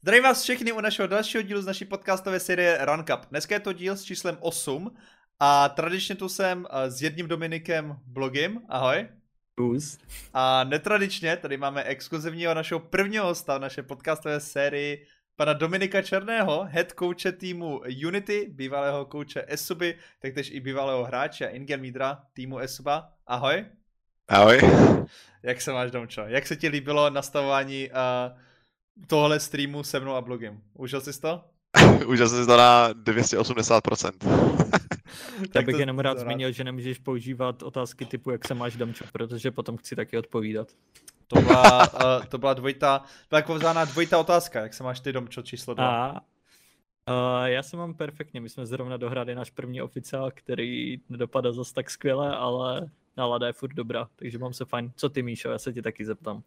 Zdravím vás všechny u našeho dalšího dílu z naší podcastové série Run Cup. Dneska je to díl s číslem 8 a tradičně tu jsem s jedním Dominikem Blogim. Ahoj. Kus. A netradičně tady máme exkluzivního našeho prvního hosta v naší podcastové sérii, pana Dominika Černého, head coache týmu Unity, bývalého coache Esuby, taktéž i bývalého hráče a ingame lídra týmu Esuba. Ahoj. Ahoj. Jak se máš, Domčo? Jak se ti líbilo nastavování tohle streamu se mnou a Blogem? Užil jsi to? Užil jsi to na 280%. Já bych jenom rád zmínil, že nemůžeš používat otázky typu jak se máš, Domčo, protože potom chci taky odpovídat. To byla dvojitá otázka, jak se máš ty, Domčo, číslo 2. Já se mám perfektně, my jsme zrovna dohráli náš první oficiál, který nedopadá zase tak skvěle, ale nálada je furt dobrá, takže mám se fajn. Co ty, Míšo, já se ti taky zeptám.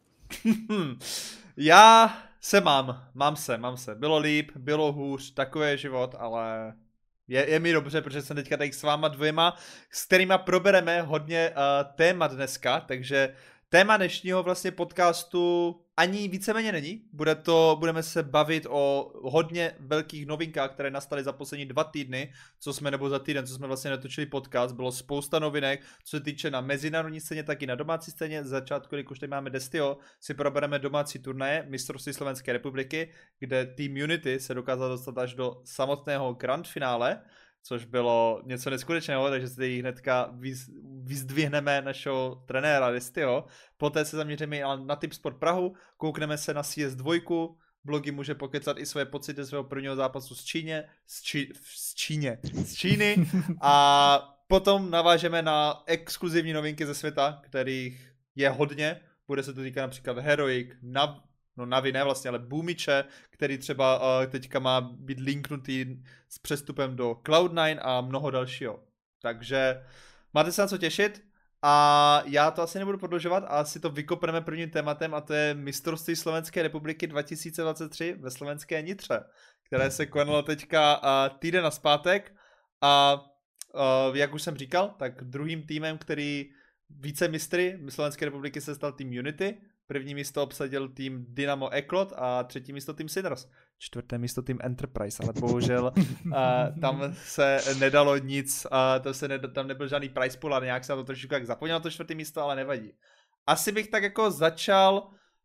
Já se mám se. Bylo líp, bylo hůř, takový je život, ale je mi dobře, protože jsem teďka tady s váma dvěma, s kterýma probereme hodně témat dneska, takže téma dnešního vlastně podcastu ani víceméně není. Budeme se bavit o hodně velkých novinkách, které nastaly za poslední 2 týdny, za týden, co jsme vlastně natočili podcast. Bylo spousta novinek, co se týče na mezinárodní scéně, tak i na domácí scéně. Z začátku, když už tady máme Destio, si probereme domácí turnaje mistrovství Slovenské republiky, kde tým Unity se dokázal dostat až do samotného grand finále, což bylo něco neskutečného, takže si tady hnedka vyzdvihneme našeho trenéra Destio. Poté se zaměříme na Tip Sport Prahu, koukneme se na CS2, Blogy může pokecat i své pocity svého prvního zápasu z Číny a potom navážeme na exkluzivní novinky ze světa, kterých je hodně. Bude se to týkat například Heroic, Navi ne vlastně, ale Boomiče, který třeba teďka má být linknutý s přestupem do Cloud9 a mnoho dalšího. Takže máte se na co těšit a já to asi nebudu prodlužovat a asi to vykopneme prvním tématem a to je mistrovství Slovenské republiky 2023 ve slovenské Nitře, které se konalo teďka týden nazpátek a jak už jsem říkal, tak druhým týmem, který vícemistry Slovenské republiky se stal tým Unity. První místo obsadil tým Dynamo Eklot a třetí místo tým Sinners. Čtvrté místo tým Enterprise, ale bohužel tam se nedalo nic, tam nebyl žádný prize pool a nějak se na to trošičku jak zapomněl na to čtvrté místo, ale nevadí. Asi bych tak jako začal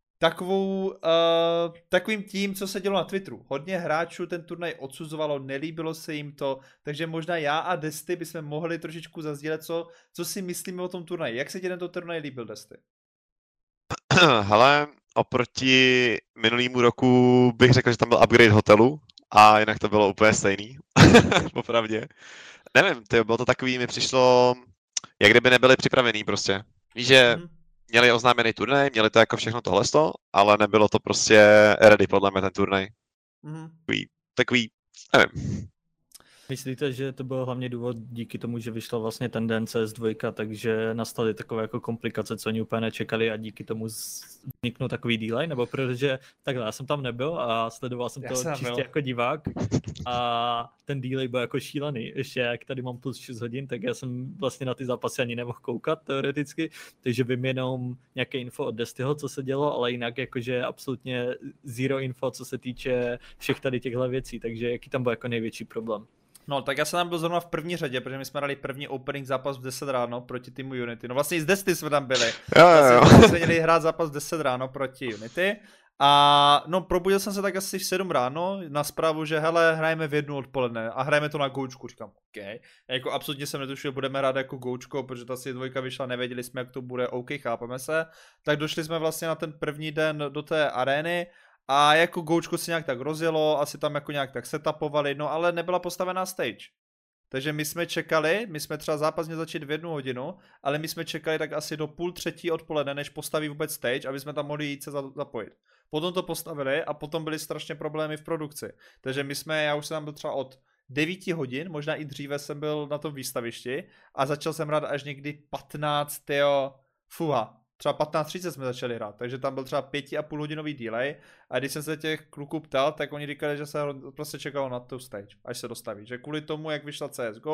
takovým tím, co se dělo na Twitteru. Hodně hráčů ten turnaj odsuzovalo, nelíbilo se jim to, takže možná já a Desty bychom mohli trošičku zazdílet, co si myslíme o tom turnaji. Jak se ti tento turnaj líbil, Desty? Hele, oproti minulýmu roku bych řekl, že tam byl upgrade hotelu a jinak to bylo úplně stejný, popravdě. Nevím, bylo to takový, mi přišlo, jak kdyby nebyli připravený prostě. Víš, že měli oznámený turnaj, měli to jako všechno tohleto, ale nebylo to prostě ready podle mě ten turnaj. Takový, nevím. Myslíte, že to byl hlavně důvod díky tomu, že vyšla vlastně ten den CS2, takže nastaly takové jako komplikace, co oni úplně nečekali a díky tomu vzniknul takový delay? Nebo protože takhle, já jsem tam nebyl a sledoval jsem to čistě jako divák a ten delay byl jako šílený. Ještě jak tady mám plus 6 hodin, tak já jsem vlastně na ty zápasy ani nemohl koukat teoreticky, takže vím jenom nějaké info od Destyho, co se dělo, ale jinak jakože absolutně zero info, co se týče všech tady těchto věcí, takže jaký tam byl jako největší problém? No, tak já jsem tam byl zrovna v první řadě, protože my jsme dali první opening zápas v 10 ráno proti týmu Unity. No vlastně i z Desty jsme tam byli. Vlastně jsme měli hrát zápas v 10 ráno proti Unity. A no, probudil jsem se tak asi v 7 ráno na zprávu, že hele, hrajeme v 1 odpoledne a hrajeme to na goučku. Říkám, OK. Jako absolutně jsem netušil, budeme hrát jako goučko, protože ta CS2 vyšla, nevěděli jsme, jak to bude, OK, chápeme se. Tak došli jsme vlastně na ten první den do té arény. A jako goučko si nějak tak rozjelo, asi tam jako nějak tak setupovali, no ale nebyla postavená stage. Takže my jsme třeba zápas měl začít v 1 hodinu, ale my jsme čekali tak asi do 2:30 odpoledne, než postaví vůbec stage, aby jsme tam mohli jít se zapojit. Potom to postavili a potom byly strašně problémy v produkci. Takže já už jsem tam byl třeba od 9 hodin, možná i dříve jsem byl na tom výstavišti a začal jsem hrát až někdy 15, třeba 15:30 jsme začali hrát, takže tam byl třeba 5,5 hodinový delay a když jsem se těch kluků ptal, tak oni říkali, že se prostě čekalo na tu stage, až se dostaví. Že kvůli tomu, jak vyšla CSGO,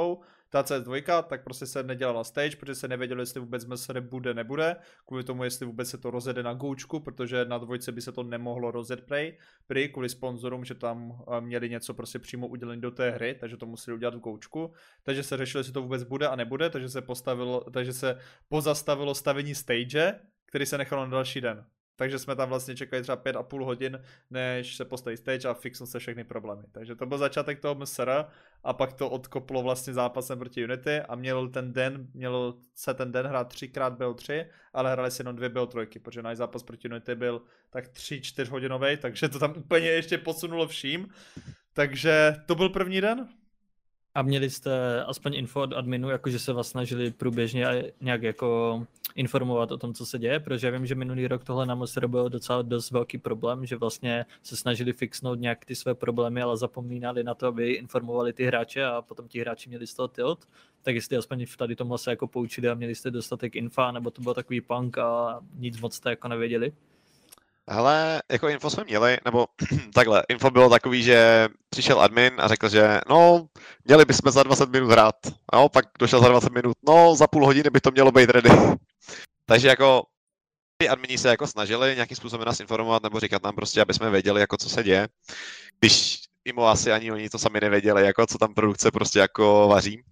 ta CS2, tak prostě se nedělala stage, protože se nevědělo, jestli vůbec MSR bude, nebude, kvůli tomu, jestli vůbec se to rozjede na goučku, protože na dvojce by se to nemohlo rozjet prý kvůli sponzorům, že tam měli něco prostě přímo udělené do té hry, takže to museli udělat v goučku, takže se řešilo, jestli to vůbec bude a nebude, takže se pozastavilo stavění stage, který se nechalo na další den. Takže jsme tam vlastně čekali třeba 5,5 hodin, než se postaví stage a fixnou se všechny problémy. Takže to byl začátek toho MSR a pak to odkoplo vlastně zápasem proti Unity a měl se ten den hrát 3x BO3, ale hráli se jenom 2 BO3, protože náš zápas proti Unity byl tak 3-4 hodinový, takže to tam úplně ještě posunulo vším. Takže to byl první den. A měli jste aspoň info od adminu, jakože se vás snažili průběžně nějak jako informovat o tom, co se děje, protože já vím, že minulý rok tohle na MSR bylo docela dost velký problém, že vlastně se snažili fixnout nějak ty své problémy, ale zapomínali na to, aby informovali ty hráče a potom ti hráči měli z toho tilt. Tak jestli aspoň v tady tomhle se jako poučili a měli jste dostatek infa, nebo to byl takový punk a nic moc jste jako nevěděli? Hele, jako info jsme měli, nebo takhle, info bylo takový, že přišel admin a řekl, že no, měli bychom za 20 minut hrát. No, pak došel za 20 minut, no, za půl hodiny by to mělo být ready. Takže jako ty admini se jako snažili nějakým způsobem nás informovat nebo říkat nám prostě, aby jsme věděli, jako co se děje. Když Imo asi ani oni to sami nevěděli, jako co tam produkce prostě jako vaří.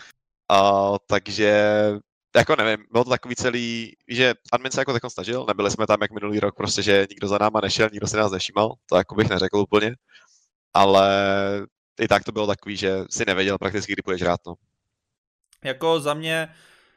Takže jako nevím, bylo to takový celý, že admin se jako takhle snažil, nebyli jsme tam jak minulý rok, prostě, že nikdo za náma nešel, nikdo se nás nevšímal, to jako bych neřekl úplně, ale i tak to bylo takový, že si nevěděl prakticky, kdy půjdeš hrát, no. Jako za mě,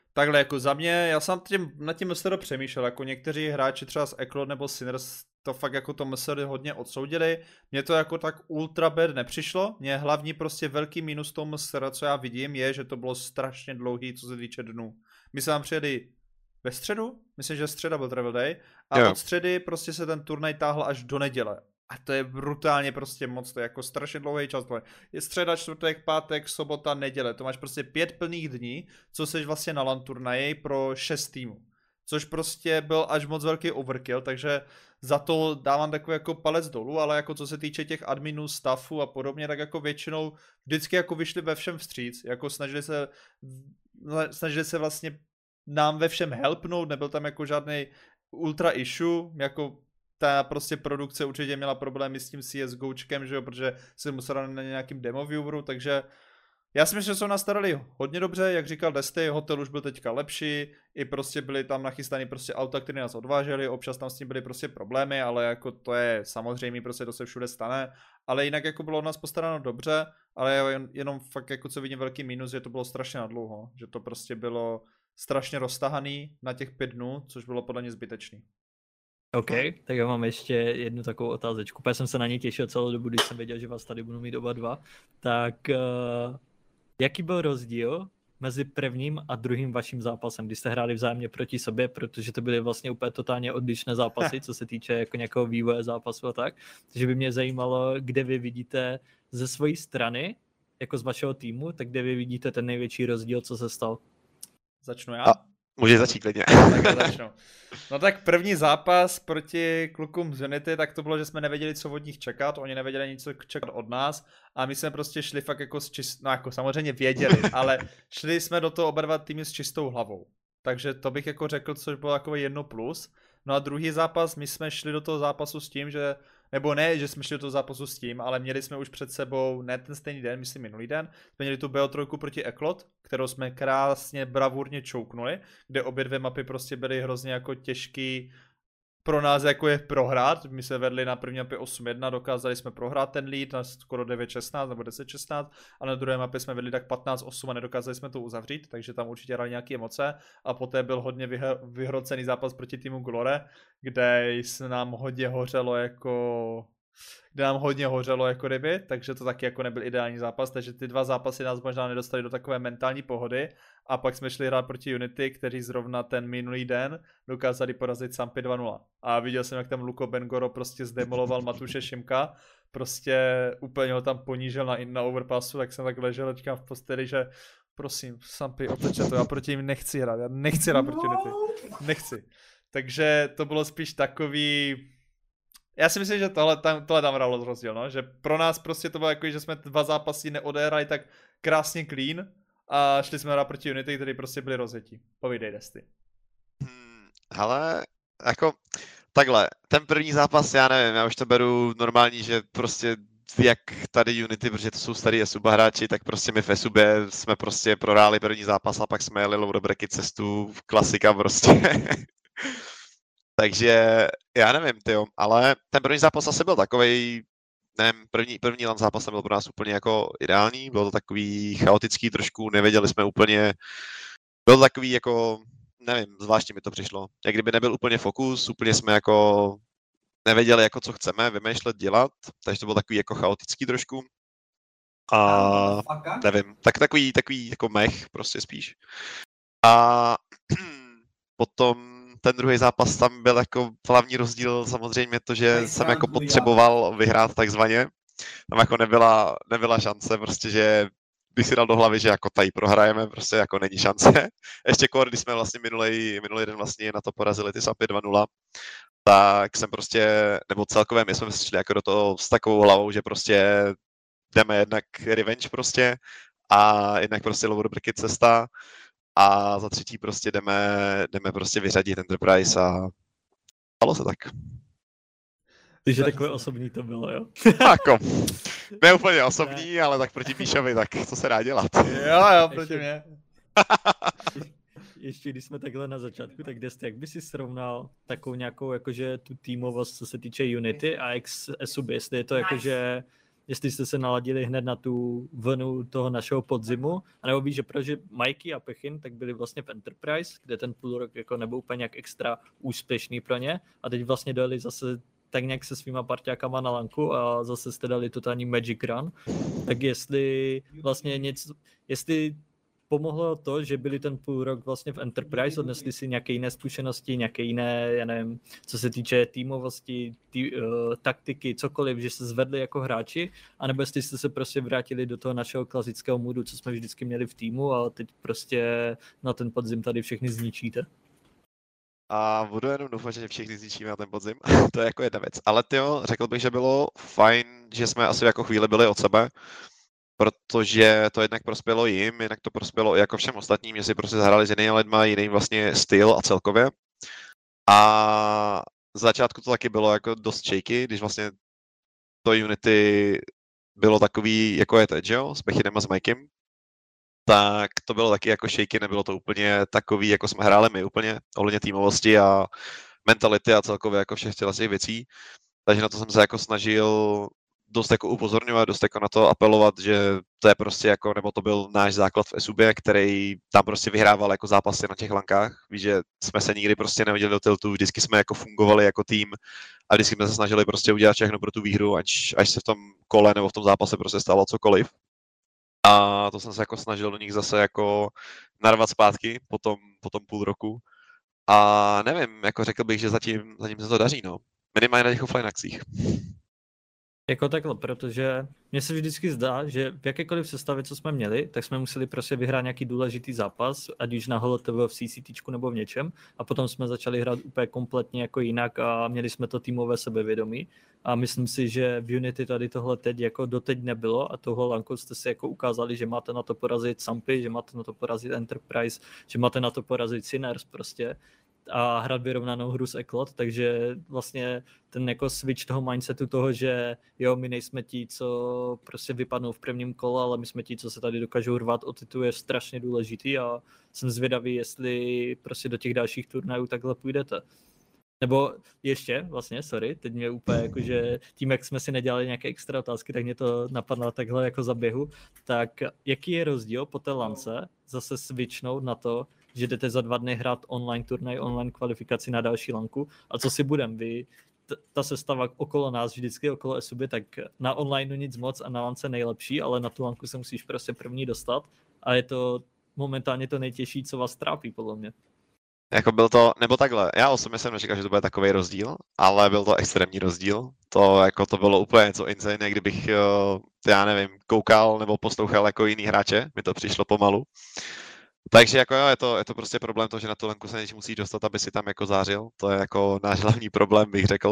já jsem nad tím MSR přemýšlel, jako někteří hráči třeba z Eclod nebo Sinners to fakt jako to MSR hodně odsoudili, mně to jako tak ultra bad nepřišlo, mně hlavní prostě velký minus toho MSR, co já vidím, je, že to bylo strašně dlouhý, co se týče dnů. My jsme tam přijeli ve středu, myslím, že středa byl travel day, a od středy prostě se ten turnaj táhl až do neděle. A to je brutálně prostě moc, to je jako strašně dlouhý čas. Je středa, čtvrtek, pátek, sobota, neděle. To máš prostě 5 plných dní, co seš vlastně na LAN turnaji pro 6 týmů. Což prostě byl až moc velký overkill, takže za to dávám takový jako palec dolů, ale jako co se týče těch adminů, staffu a podobně, tak jako většinou vždycky jako vyšli ve všem vstříc, jako snažili se vlastně nám ve všem helpnout, nebyl tam jako žádný ultra issue, jako ta prostě produkce určitě měla problémy s tím CSGOčkem, že jo, protože se musela na nějakým demo vieweru, takže já si myslím, že jsou nastavili hodně dobře, jak říkal Desty, hotel už byl teďka lepší, i prostě byly tam nachystané prostě auta, které nás odvážely, občas tam s tím byly prostě problémy, ale jako to je samozřejmě, prostě to se všude stane, ale jinak jako bylo od nás postaráno dobře, ale jenom fakt jako co vidím velký mínus, že to bylo strašně nadlouho, že to prostě bylo strašně roztahaný na těch 5 dnů, což bylo podle mě zbytečný. OK, tak já mám ještě jednu takovou otázečku. Já jsem se na ně těšil celou dobu, když jsem věděl, že vás tady budu mít oba dva. Tak jaký byl rozdíl mezi prvním a druhým vaším zápasem, když jste hráli vzájemně proti sobě, protože to byly vlastně úplně totálně odlišné zápasy, co se týče jako nějakého vývoje zápasu a tak. Takže by mě zajímalo, kde vy vidíte ze své strany, jako z vašeho týmu, tak kde vy vidíte ten největší rozdíl, co se stal. Začnu já? Můžeš začít klidně. Tak začnu. No tak první zápas proti klukům z Unity, tak to bylo, že jsme nevěděli, co od nich čekat, oni nevěděli nic čekat od nás a my jsme prostě šli fakt jako no jako samozřejmě věděli, ale šli jsme do toho oba dva týmy s čistou hlavou. Takže to bych jako řekl, což bylo takové 1+. No a druhý zápas, my jsme šli do toho zápasu s tím, že nebo ne, že jsme šli do toho zápasu s tím, ale měli jsme už před sebou, ne ten stejný den, myslím minulý den, jsme měli tu BO3 proti Eclod, kterou jsme krásně bravurně čouknuli, kde obě dvě mapy prostě byly hrozně jako těžký pro nás jako je prohrát. My se vedli na první mapě 8-1, dokázali jsme prohrát ten lead na skoro 9-16 nebo 10-16 a na druhé mapě jsme vedli tak 15-8 a nedokázali jsme to uzavřít, takže tam určitě hráli nějaké emoce a poté byl hodně vyhrocený zápas proti týmu Glore, kde se nám hodně hořelo jako ryby, takže to taky jako nebyl ideální zápas, takže ty dva zápasy nás možná nedostali do takové mentální pohody a pak jsme šli hrát proti Unity, kteří zrovna ten minulý den dokázali porazit Sampy 2-0 a viděl jsem, jak tam Luko Bengoro prostě zdemoloval Matuše Šimka, prostě úplně ho tam ponížil na overpassu, tak jsem tak ležel teďka v posteli, že prosím, Sampy, otoče to, já proti ním nechci hrát proti Unity, nechci. Takže to bylo spíš takový. Já si myslím, že tohle tam hrálo rozdíl, no? Že pro nás prostě to bylo jako, že jsme 2 zápasy neodehráli tak krásně clean a šli jsme hrát proti Unity, který prostě byli rozjetí. Povídej, Desty. Hele, jako takhle, ten první zápas, já nevím, já už to beru normální, že prostě jak tady Unity, protože to jsou starý Esuba hráči, tak prostě my v Esubě jsme prostě prohráli první zápas a pak jsme jeli low bracket cestu, klasika prostě. Takže já nevím, tyjo, ale ten první zápas asi byl takovej, nevím, první LAN zápas byl pro nás úplně jako ideální, bylo to takový chaotický trošku, nevěděli jsme úplně, bylo to takový jako, nevím, zvláštně mi to přišlo, jak kdyby nebyl úplně fokus, úplně jsme jako nevěděli jako co chceme vymýšlet, dělat, takže to bylo takový jako chaotický trošku. A nevím, takový jako mech prostě spíš. A potom ten druhý zápas tam byl jako hlavní rozdíl samozřejmě to, že jsem jako potřeboval vyhrát takzvaně. Tam jako nebyla šance prostě, že bych si dal do hlavy, že jako tady prohrajeme, prostě jako není šance. Ještě když jsme vlastně minulý den vlastně na to porazili ty Sampy 2-0, tak jsem prostě, nebo celkově my jsme šli jako do toho s takovou hlavou, že prostě jdeme jednak revenge prostě a jednak prostě lower bracket cesta a za třetí prostě jdeme prostě vyřadit Enterprise a stalo se tak. Takže takové osobní to bylo, jo? Jako, ne úplně osobní, ale tak proti Míšovi, tak co se dá dělat? Jo, proti mě. Ještě když jsme takhle na začátku, tak Dest, jak by si srovnal takovou nějakou jakože tu týmovost, co se týče Unity a Esub, jestli je to jakože, jestli jste se naladili hned na tu vlnu toho našeho podzimu, anebo víš, že protože Mikey a Pechin tak byli vlastně v Enterprise, kde ten půl rok jako nebyl úplně nějak extra úspěšný pro ně a teď vlastně dojeli zase tak nějak se svýma parťákama na lanku a zase jste dali totální Magic Run, tak jestli vlastně něco, jestli pomohlo to, že byli ten půl rok vlastně v Enterprise, odnesli si nějaké jiné zkušenosti, nějaké jiné, já nevím, co se týče týmovosti, taktiky, cokoliv, že se zvedli jako hráči, anebo jestli jste se prostě vrátili do toho našeho klasického moodu, co jsme vždycky měli v týmu a teď prostě na ten podzim tady všechny zničíte. A budu jenom doufat, že všichni zničíme na ten podzim, to je jako jedna věc. Ale tyjo, řekl bych, že bylo fajn, že jsme asi jako chvíli byli od sebe, protože to jednak prospělo jim, jednak to prospělo i jako všem ostatním, že si prostě zahrali s jinými lidma, jiný vlastně styl a celkově. A z začátku to taky bylo jako dost shaky, když vlastně to Unity bylo takový, jako je teď, jo, s Pechinem a s Mikem, tak to bylo taky jako shaky, nebylo to úplně takový, jako jsme hráli my úplně, ohledně týmovosti a mentality a celkově jako všech těch věcí. Takže na to jsem se jako snažil dost jako upozorňovat, dost jako na to apelovat, že to je prostě jako, nebo to byl náš základ v Esubě, který tam prostě vyhrával jako zápasy na těch lankách. Víš, že jsme se nikdy prostě neviděli do tiltu, vždycky jsme jako fungovali jako tým a vždycky jsme se snažili prostě udělat všechno pro tu výhru, až se v tom kole nebo v tom zápase prostě stalo cokoliv. A to jsem se jako snažil do nich zase jako narvat zpátky po tom půl roku. A nevím, jako řekl bych, že zatím se to daří, no. Minimálně na těch offline akcích. Jako takhle, protože mně se vždycky zdá, že v jakékoliv sestavě, co jsme měli, tak jsme museli prostě vyhrát nějaký důležitý zápas, ať už na HLTV, v CCTčku nebo v něčem, a potom jsme začali hrát úplně kompletně jako jinak a měli jsme to týmové sebevědomí. A myslím si, že v Unity tady tohle teď jako doteď nebylo a toho lanku jste si jako ukázali, že máte na to porazit Sampy, že máte na to porazit Enterprise, že máte na to porazit Sinners prostě a hrát vyrovnanou hru s Eklot, takže vlastně ten jako switch toho mindsetu toho, že jo, my nejsme ti, co prostě vypadnou v prvním kole, ale my jsme ti, co se tady dokážou rvat o titul, je strašně důležitý a jsem zvědavý, jestli prostě do těch dalších turnajů takhle půjdete. Nebo ještě, vlastně, sorry, teď mě úplně jako, že tím, jak jsme si nedělali nějaké extra otázky, tak mě to napadlo takhle jako za běhu, tak jaký je rozdíl po té lance zase switchnout na to, že jdete za 2 dny hrát online turnaj, online kvalifikaci na další lanku a co si budem, ta sestava okolo nás, vždycky okolo Esuby, tak na online nic moc a na lance nejlepší, ale na tu lanku se musíš prostě první dostat a je to momentálně to nejtěžší, co vás trápí, podle mě. Jako byl to, nebo takhle, já osobně jsem nečekal, že to bude takový rozdíl, ale byl to extrémní rozdíl. To bylo úplně něco insane, kdybych, já nevím, koukal nebo poslouchal jako jiný hráče, mi to přišlo pomalu. Takže jako jo, je to prostě problém to, že na tu lenku se musí dostat, aby si tam jako zářil. To je jako náš hlavní problém, bych řekl.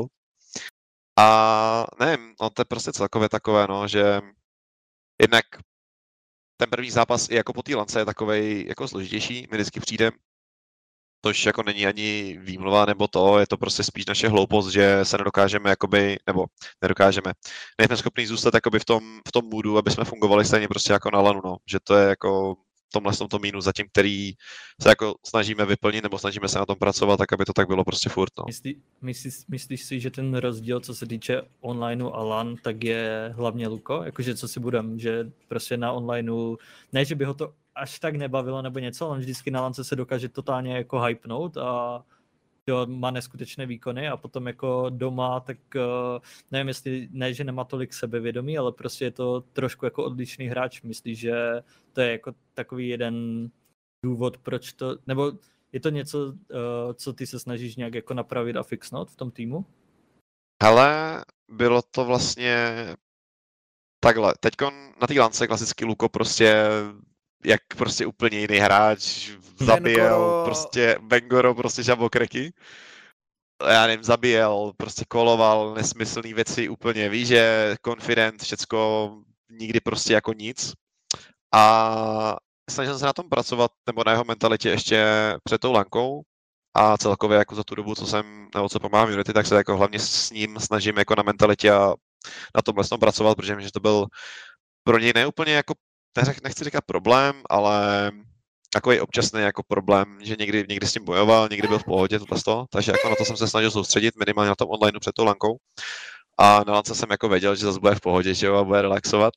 A nevím, no to je prostě celkově takové, no, že jednak ten první zápas i jako po té lance je takovej jako složitější, mi vždycky přijde, tož jako není ani výmluva nebo to, je to prostě spíš naše hloupost, že se nedokážeme jakoby, nebo nedokážeme, nejsme schopni zůstat jakoby v tom moodu, aby jsme fungovali stejně prostě jako na lanu, no. Že to je jako tomhle to mínus zatím, který se jako snažíme vyplnit, nebo snažíme se na tom pracovat, tak aby to tak bylo prostě furt, no. Myslíš si, že ten rozdíl, co se týče onlineu a LAN, tak je hlavně Luko? Jakože co si budem, že prostě na onlineu, ne, že by ho to až tak nebavilo nebo něco, ale vždycky na lance se dokáže totálně jako hypnout a jo, má neskutečné výkony a potom jako doma, tak nevím, jestli ne, že nemá tolik sebevědomí, ale prostě je to trošku jako odlišný hráč. Myslíš, že to je jako takový jeden důvod, proč to, nebo je to něco, co ty se snažíš nějak jako napravit a fixnout v tom týmu? Hele, bylo to vlastně takhle. Teďkon na té lance klasicky Luko prostě jak prostě úplně jiný hráč, zabijel prostě Bengoro, prostě žabokreky. Já nevím, zabijel, prostě koloval nesmyslný věci úplně, víš, že confident, všecko, nikdy prostě jako nic. A snažil jsem se na tom pracovat, nebo na jeho mentalitě ještě před tou lankou a celkově jako za tu dobu, co pomáhám Unity, tak se jako hlavně s ním snažím jako na mentalitě a na tomhle tom pracovat, protože že to byl pro něj neúplně jako nechci říkat problém, ale takový občasný jako problém, že někdy s tím bojoval, někdy byl v pohodě, takže jako na to jsem se snažil soustředit, minimálně na tom onlineu před tou lankou. A na lance jsem jako věděl, že zase bude v pohodě, že jo, a bude relaxovat.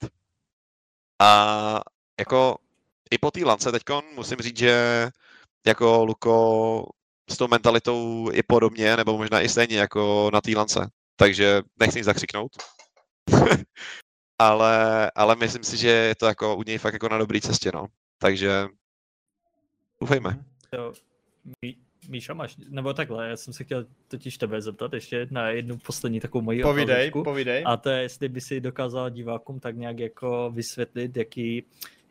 A jako i po té lance teďkon musím říct, že jako Luko s tou mentalitou je podobně, nebo možná i stejně jako na té lance. Takže nechci nic zakřiknout. ale myslím si, že je to jako u něj fakt jako na dobré cestě, no. Takže doufejme. Jo, Míša, máš, nebo takhle, já jsem se chtěl totiž tebe zeptat ještě na jednu poslední takovou moji otázku. Povídej. A to je, jestli by si dokázal divákům tak nějak jako vysvětlit, jaký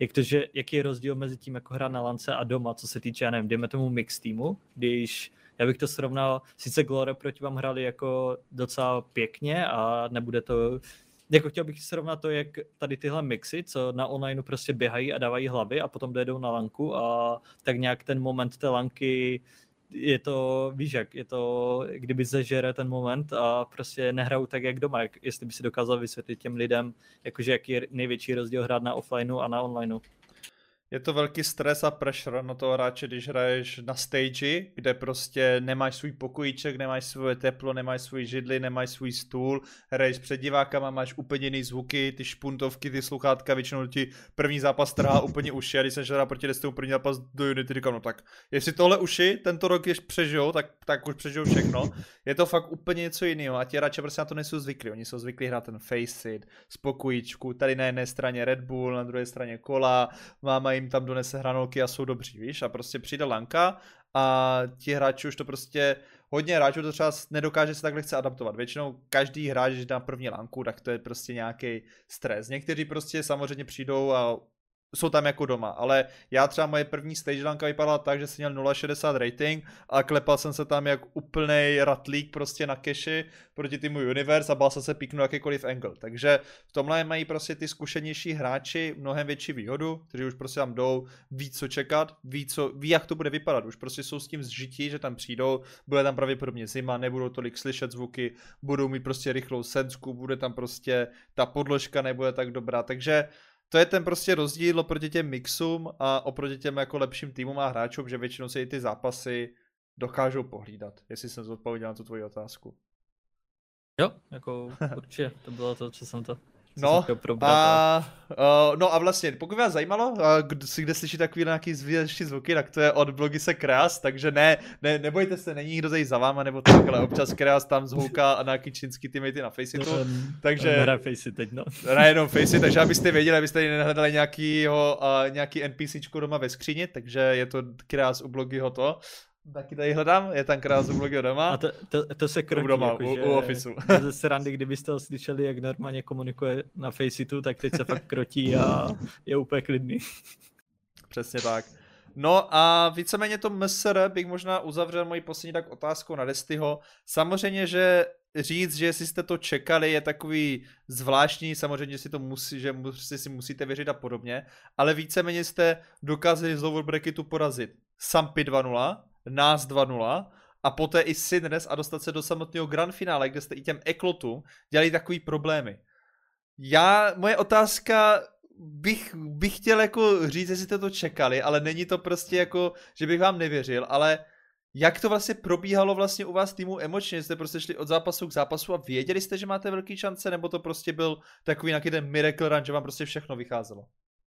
je rozdíl mezi tím jako hrát na lance a doma, co se týče, já nevím, dejme tomu mix týmu, když já bych to srovnal, sice Glory proti vám hráli jako docela pěkně a nebude to, jako chtěl bych srovnat to, jak tady tyhle mixy, co na onlineu prostě běhají a dávají hlavy a potom dojedou na lanku a tak nějak ten moment té lanky je to, víš jak, je to, kdyby zežere ten moment a prostě nehrajou tak, jak doma, jestli by si dokázal vysvětlit těm lidem, jakože jaký je největší rozdíl hrát na offlineu a na onlineu. Je to velký stres a pressure na toho hráče, když hraješ na stage, kde prostě nemáš svůj pokojíček, nemáš svoje teplo, nemáš svůj židli, nemáš svůj stůl, hraješ před divákama, máš úplně jiný zvuky, ty špuntovky, ty sluchátka, většinou ti první zápas trhá úplně uši a když jsem šel proti Destinu první zápas do Unity, říkám, no tak, jestli tohle uši tento rok ještě přežijou, tak už přežijou všechno. Je to fakt úplně něco jiného a ti hráči prostě na to nejsou zvyklí, oni jsou zvyklí hrát ten Faceit, z pokojíčku, tady na jedné straně Red Bull, na druhé straně kola, máma jim tam donese hranolky a jsou dobří, víš, a prostě přijde lanka a ti hráči už to prostě, hodně hráčů to třeba nedokáže se tak lehce adaptovat, většinou každý hráč, když dá první lanku, tak to je prostě nějaký stres, někteří prostě samozřejmě přijdou a jsou tam jako doma, ale já třeba moje první stage lanka vypadala tak, že jsem měl 0,60 rating a klepal jsem se tam jak úplnej ratlík prostě na keši proti týmu Universe a bál jsem se píknout jakýkoliv angle, takže v tomhle mají prostě ty zkušenější hráči mnohem větší výhodu, kteří už prostě tam jdou, ví co čekat, ví jak to bude vypadat, už prostě jsou s tím zžití, že tam přijdou, bude tam pravděpodobně zima, nebudou tolik slyšet zvuky, budou mít prostě rychlou sensku, bude tam prostě ta podložka nebude tak dobrá, takže to je ten prostě rozdíl oproti těm mixům a oproti těm jako lepším týmům a hráčům, že většinou se i ty zápasy dokážou pohlídat, jestli jsem odpověděl na tu tvoji otázku. Jo, jako určitě, to bylo to, co jsem to No a vlastně, pokud vás zajímalo, kde slyší takový nějaký zvětší zvuky, tak to je od Blogise Kreas, takže nebojte se, není nikdo za váma, nebo tak, ale občas Kreas tam zhouká a nějaký čínský teammatey na Faceitu, takže... Nehraje Faceit teď, no. Nejenom Faceit, takže abyste věděli, abyste nehledali nějaký NPCčko doma ve skříni, takže je to Kreas u Blogyho to. Taky tady hledám, je tam krásný blogy doma. A to se krotí, doma, jako, u Officeu. Ze srandy, kdybyste ho slyšeli, jak normálně komunikuje na Faceitu, tak teď se fakt krotí a je úplně klidný. Přesně tak. No a víceméně to MSR bych možná uzavřel moji poslední tak otázkou na Destyho. Samozřejmě, že říct, že jestli jste to čekali, je takový zvláštní, samozřejmě si to si musíte věřit a podobně, ale víceméně jste dokázali z lower bracketu porazit Sampy 2-0, nás 2-0 a poté i Sinners a dostat se do samotného grand finále, kde jste i těm Eklotům dělali takový problémy. Moje otázka, bych chtěl jako říct, jestli jste to čekali, ale není to prostě jako, že bych vám nevěřil, ale jak to vlastně probíhalo vlastně u vás týmu emočně? Jste prostě šli od zápasu k zápasu a věděli jste, že máte velký šance, nebo to prostě byl takový nějaký ten miracle run, že vám prostě všechno vycházelo?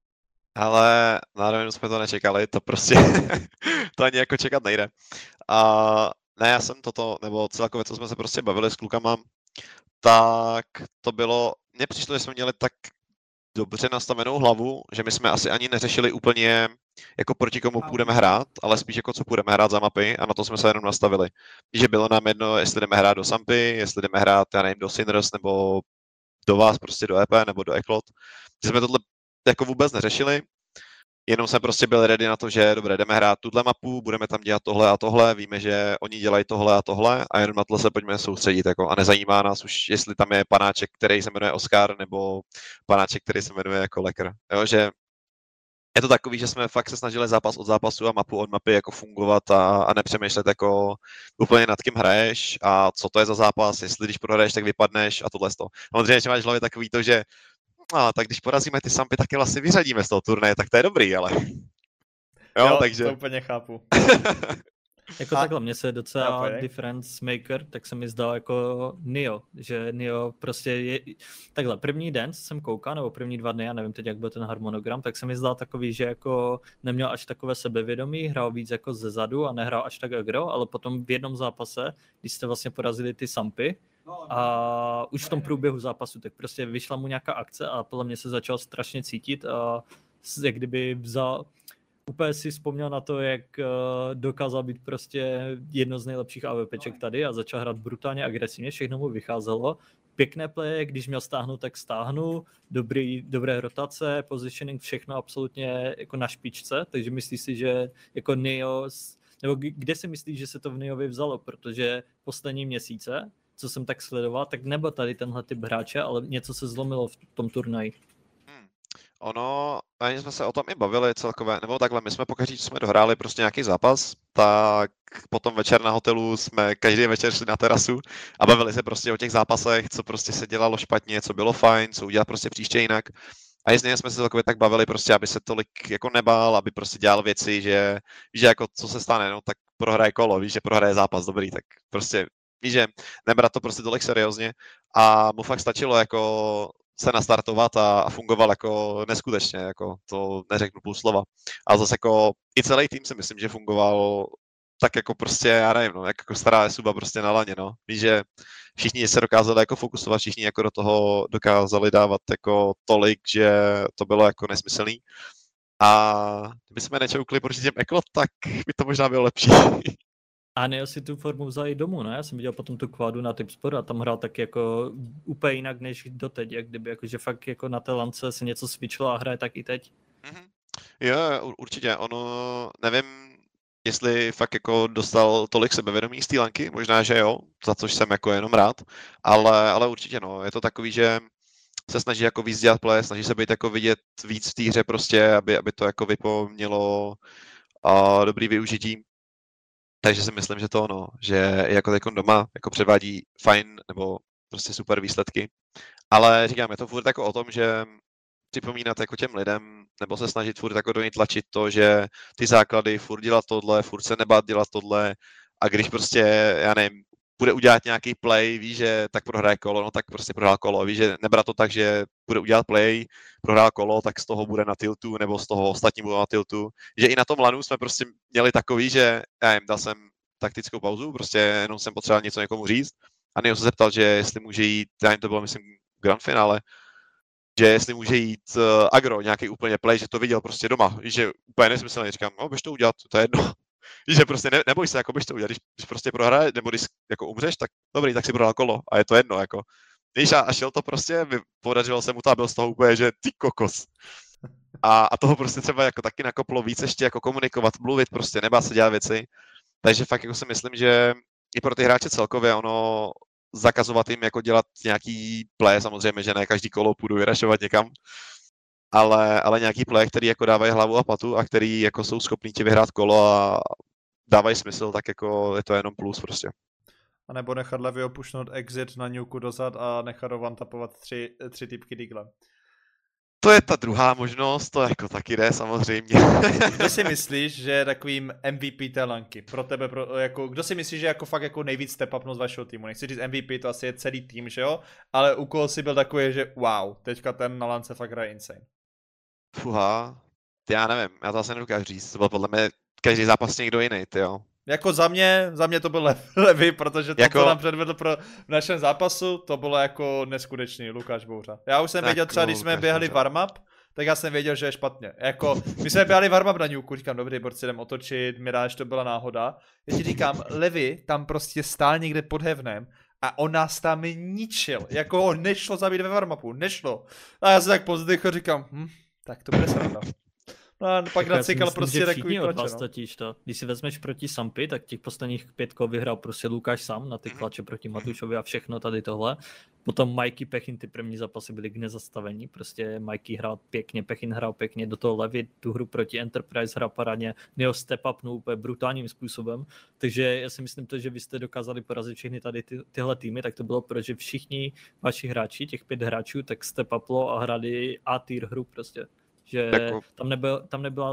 Ale nároveň jsme to nečekali, to prostě, to ani jako čekat nejde. A ne, já jsem nebo celkově, co jsme se prostě bavili s klukama, tak to bylo, mně přišlo, že jsme měli tak dobře nastavenou hlavu, že my jsme asi ani neřešili úplně, jako proti komu půjdeme hrát, ale spíš jako co půjdeme hrát za mapy a na to jsme se jenom nastavili. Že bylo nám jedno, jestli jdeme hrát do Sampy, jestli jdeme hrát, já nevím, do Sinners, nebo do vás prostě do EP, nebo do Eklot. Že jsme tohle jako vůbec neřešili, jenom jsem prostě byl ready na to, že dobré, jdeme hrát tuhle mapu, budeme tam dělat tohle a tohle, víme, že oni dělají tohle a tohle a jenom na tohle se pojďme soustředit jako, a nezajímá nás už, jestli tam je panáček, který se jmenuje Oscar, nebo panáček, který se jmenuje jako Lekr. Jo, že je to takový, že jsme fakt se snažili zápas od zápasu a mapu od mapy jako fungovat a nepřemýšlet jako úplně nad kým hraješ a co to je za zápas, jestli když prohraješ, tak vypadneš a tohle. Samozřejmě, že máš v hlavě takový to, že tak když porazíme ty Sampy, tak je vlastně vyřadíme z toho turnaje, tak to je dobrý, ale... Jo, takže... to úplně chápu. Jako takhle, mně se docela difference maker, tak se mi zdal jako Nio, že Nio prostě je, takhle, první den jsem koukal, nebo první 2 dny, já nevím teď, jak byl ten harmonogram, tak se mi zdal takový, že jako neměl až takové sebevědomí, hrál víc jako ze zadu a nehrál až tak aggro, ale potom v jednom zápase, když jste vlastně porazili ty Sampy, a už v tom průběhu zápasu, tak prostě vyšla mu nějaká akce a podle mě se začal strašně cítit a jak kdyby úplně si vzpomněl na to, jak dokázal být prostě jedno z nejlepších AWPček tady a začal hrát brutálně agresivně, všechno mu vycházelo. Pěkné playe, když měl stáhnout, tak stáhnu, dobré rotace, positioning, všechno absolutně jako na špičce, takže myslíš si, že jako Nio, nebo kde si myslíš, že se to v Niovi vzalo, protože poslední měsíce, co jsem tak sledoval, tak nebyl tady tenhle typ hráče, ale něco se zlomilo v tom turnaji. Ani jsme se o tom i bavili celkově, nebo takhle, my jsme pokaždé, co jsme dohráli prostě nějaký zápas, tak potom večer na hotelu jsme každý večer šli na terasu a bavili se prostě o těch zápasech, co prostě se dělalo špatně, co bylo fajn, co udělat prostě příště jinak. A jestli jsme se celkově tak bavili prostě, aby se tolik jako nebál, aby prostě dělal věci, že víš, jako co se stane, no tak prohraje kolo, víš, že prohraje zápas, dobrý, tak prostě víš, že nebrat to prostě tolik seriózně a mu fakt stačilo jako se nastartovat a fungoval jako neskutečně, jako to neřeknu půl slova. A zase jako i celý tým si myslím, že fungoval tak jako prostě, já nevím, no, jako stará suba prostě na laně, no. Víš, že všichni se dokázali jako fokusovat, všichni jako do toho dokázali dávat jako tolik, že to bylo jako nesmyslný. A kdybychom nečoukli proti těm Eklot, tak by to možná bylo lepší. A Neo si tu formu vzal i domů, ne? Já jsem viděl potom tu kvádu na Tipsport a tam hrál tak jako úplně jinak než doteď, jak kdyby jakože fakt jako na té lance se něco switchlo a hraje tak i teď. Jo, určitě, ono, nevím, jestli fakt jako dostal tolik sebevědomí z té lanky, možná, že jo, za což jsem jako jenom rád, ale určitě no, je to takový, že se snaží jako víc dělat play, snaží se být jako vidět víc v té hře prostě, aby to jako vypomnělo dobrý využití. Takže si myslím, že to ono, že jako teď doma jako předvádí fajn nebo prostě super výsledky. Ale říkám, je to furt jako o tom, že připomínat jako těm lidem, nebo se snažit furt jako do ní tlačit to, že ty základy, furt dělat tohle, furt se nebát dělat tohle a když prostě, já nevím, bude udělat nějaký play, víš, že tak prohraje kolo, no tak prostě prohrál kolo, víš, že nebrat to tak, že bude udělat play, prohrál kolo, tak z toho bude na tiltu, nebo z toho ostatní bude na tiltu, že i na tom lanu jsme prostě měli takový, že já nevím, dal jsem taktickou pauzu, prostě jenom jsem potřeboval něco někomu říct a Neo se zeptal, že jestli může jít, já nevím, to bylo myslím grand finále, že jestli může jít agro, nějaký úplně play, že to viděl prostě doma, víš, že úplně nesmyslně, říkám, no běž to udělat, to je jedno. Víš, že prostě neboj se, jako běž to udělat, když prostě prohraje, nebo když jako umřeš, tak dobrý, tak si prohrál kolo a je to jedno, jako. Víš, a šel to prostě, podařilo se mu to a byl z toho úplně, že ty kokos. A toho prostě třeba jako taky nakoplo víc ještě jako komunikovat, mluvit prostě, nebát se dělat věci. Takže fakt jako si myslím, že i pro ty hráče celkově ono zakazovat jim jako dělat nějaký play, samozřejmě, že ne každý kolo půjdu vyrašovat někam, ale nějaký play, který jako dávají hlavu a patu a který jako jsou schopní ti vyhrát kolo a dávají smysl, tak jako je to jenom plus prostě. A nebo nechat Levy opušnout exit na Nuku dozad a nechat ho one-tapovat tři typky Digla. To je ta druhá možnost, to jako taky jde samozřejmě. Kdo si myslíš, že je takovým MVP té lanky? Pro tebe, jako, kdo si myslíš, že jako fakt jako nejvíc step upnout z vašeho týmu? Nechci říct MVP, to asi je celý tým, že jo? Ale u koho si byl takový, že wow, teďka ten na lance fakt hraje insane. Fuha, já nevím, já to asi nedokážu říct, to byl podle mě každý zápas někdo jiný, jo. Jako za mě to byl Levy, protože to, co nám předvedl v našem zápasu, to bylo jako neskutečný Lukáš Bouřa. Já už jsem věděl třeba, když jsme běhali warm-up, tak já jsem věděl, že je špatně. Jako, my jsme běhali warm-up na Nuku, říkám, dobrý, borci, jdem otočit, Miráž, to byla náhoda. Já ti říkám, Levy tam prostě stál někde pod hevnem a on nás tam ničil, jako ho nešlo zabít ve warm-upu, nešlo. A já se tak pozdych říkám, tak to bude sranda. No a pak nacikal prostě takový od vás totiž to. Když si vezmeš proti Sampy, tak těch posledních 5 kol vyhrál prostě Lukáš sám na ty klače proti Matušovi a všechno tady tohle. Potom Mikey Pechin, ty první zápasy byly k nezastavení, prostě Mikey hrál pěkně, Pechin hrál pěkně, do toho Levy tu hru proti Enterprise hrál parádně, Neo step upnul úplně brutálním způsobem, takže já si myslím to, že vy jste dokázali porazit všechny tady tyhle týmy, tak to bylo, protože všichni vaši hráči, těch 5 hráčů, tak step uplo a hráli A-tier hru prostě. Že jako, tam nebyla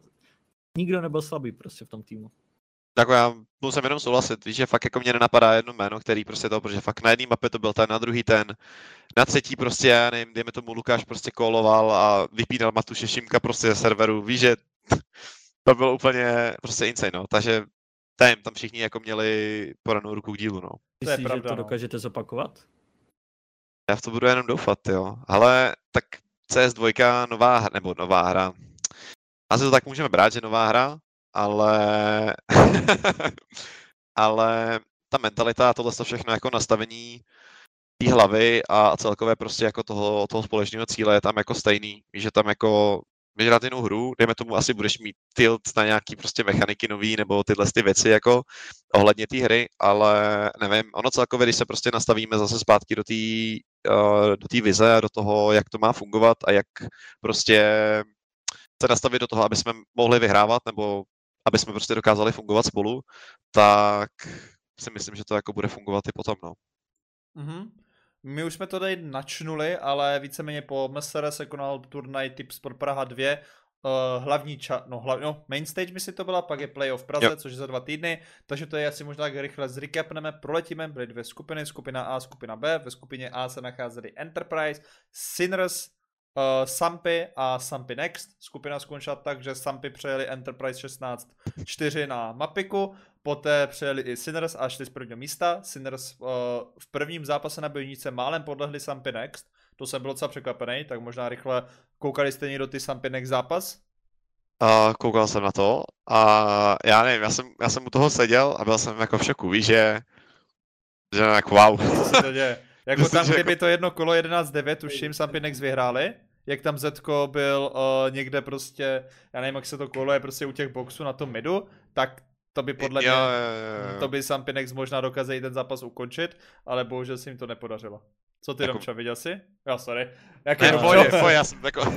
nikdo nebyl slabý prostě v tom týmu. Jako já musím jenom souhlasit, víš, že fakt jako mě nenapadá jedno jméno, který prostě to, protože fakt na jedné mapě to byl ten, na druhý ten, na třetí prostě, já nevím, dejme tomu Lukáš prostě koloval a vypínal Matuše Šimka prostě ze serveru, víš, že to bylo úplně prostě insane, no, takže tam všichni jako měli poranou ruku k dílu, no. Myslíš, že to dokážete zopakovat? Já v to budu jenom doufat, jo, ale tak CS2 nová hra. Asi to tak můžeme brát, že nová hra, ale ale ta mentalita a tohle všechno jako nastavení té hlavy a celkově prostě jako toho společného cíle je tam jako stejný. Víš, že tam jako běž hrát jinou hru, dejme tomu asi budeš mít tilt na nějaký prostě mechaniky nový nebo tyhle ty věci jako ohledně té hry, ale nevím, ono celkově, když se prostě nastavíme zase zpátky do té vize a do toho, jak to má fungovat a jak prostě se nastavit do toho, aby jsme mohli vyhrávat nebo aby jsme prostě dokázali fungovat spolu, tak si myslím, že to jako bude fungovat i potom, no. My už jsme to tady načnuli, ale víceméně po MSR se konal turnaj Tip Sport Praha 2, main stage myslím to byla, pak je playoff v Praze, yep. Což je za 2 týdny, takže to je asi možná tak rychle zrecapneme, proletíme, byly 2 skupiny, skupina A, skupina B, ve skupině A se nacházely Enterprise, Sinners, Sampy a Sampy Next. Skupina skončila tak, že Sampy přejeli Enterprise 16-4 na Mapiku, poté přejeli i Sinners a šli z prvního místa. Sinners v prvním zápase na bojovnice málem podlehli Sampy Next. To jsem byl docela překvapený, tak možná rychle koukali jste někdo ty Sampy Next zápas? Koukal jsem na to a já nevím, já jsem u toho seděl a byl jsem jako v šoku, víš, že jako wow. Co se to děje? Jako tam, kdyby to jedno kolo 11-9, tuším, Sampy Next vyhráli, jak tam Zetko byl někde prostě, já nevím, jak se to kolo je prostě u těch boxů na tom midu, tak to by podle mě, to by Sampy Next možná dokázali ten zápas ukončit, ale bohužel se jim to nepodařilo. Co ty, jako... Romča, viděl jsi? Jo, sorry. Jaký já jsem jako...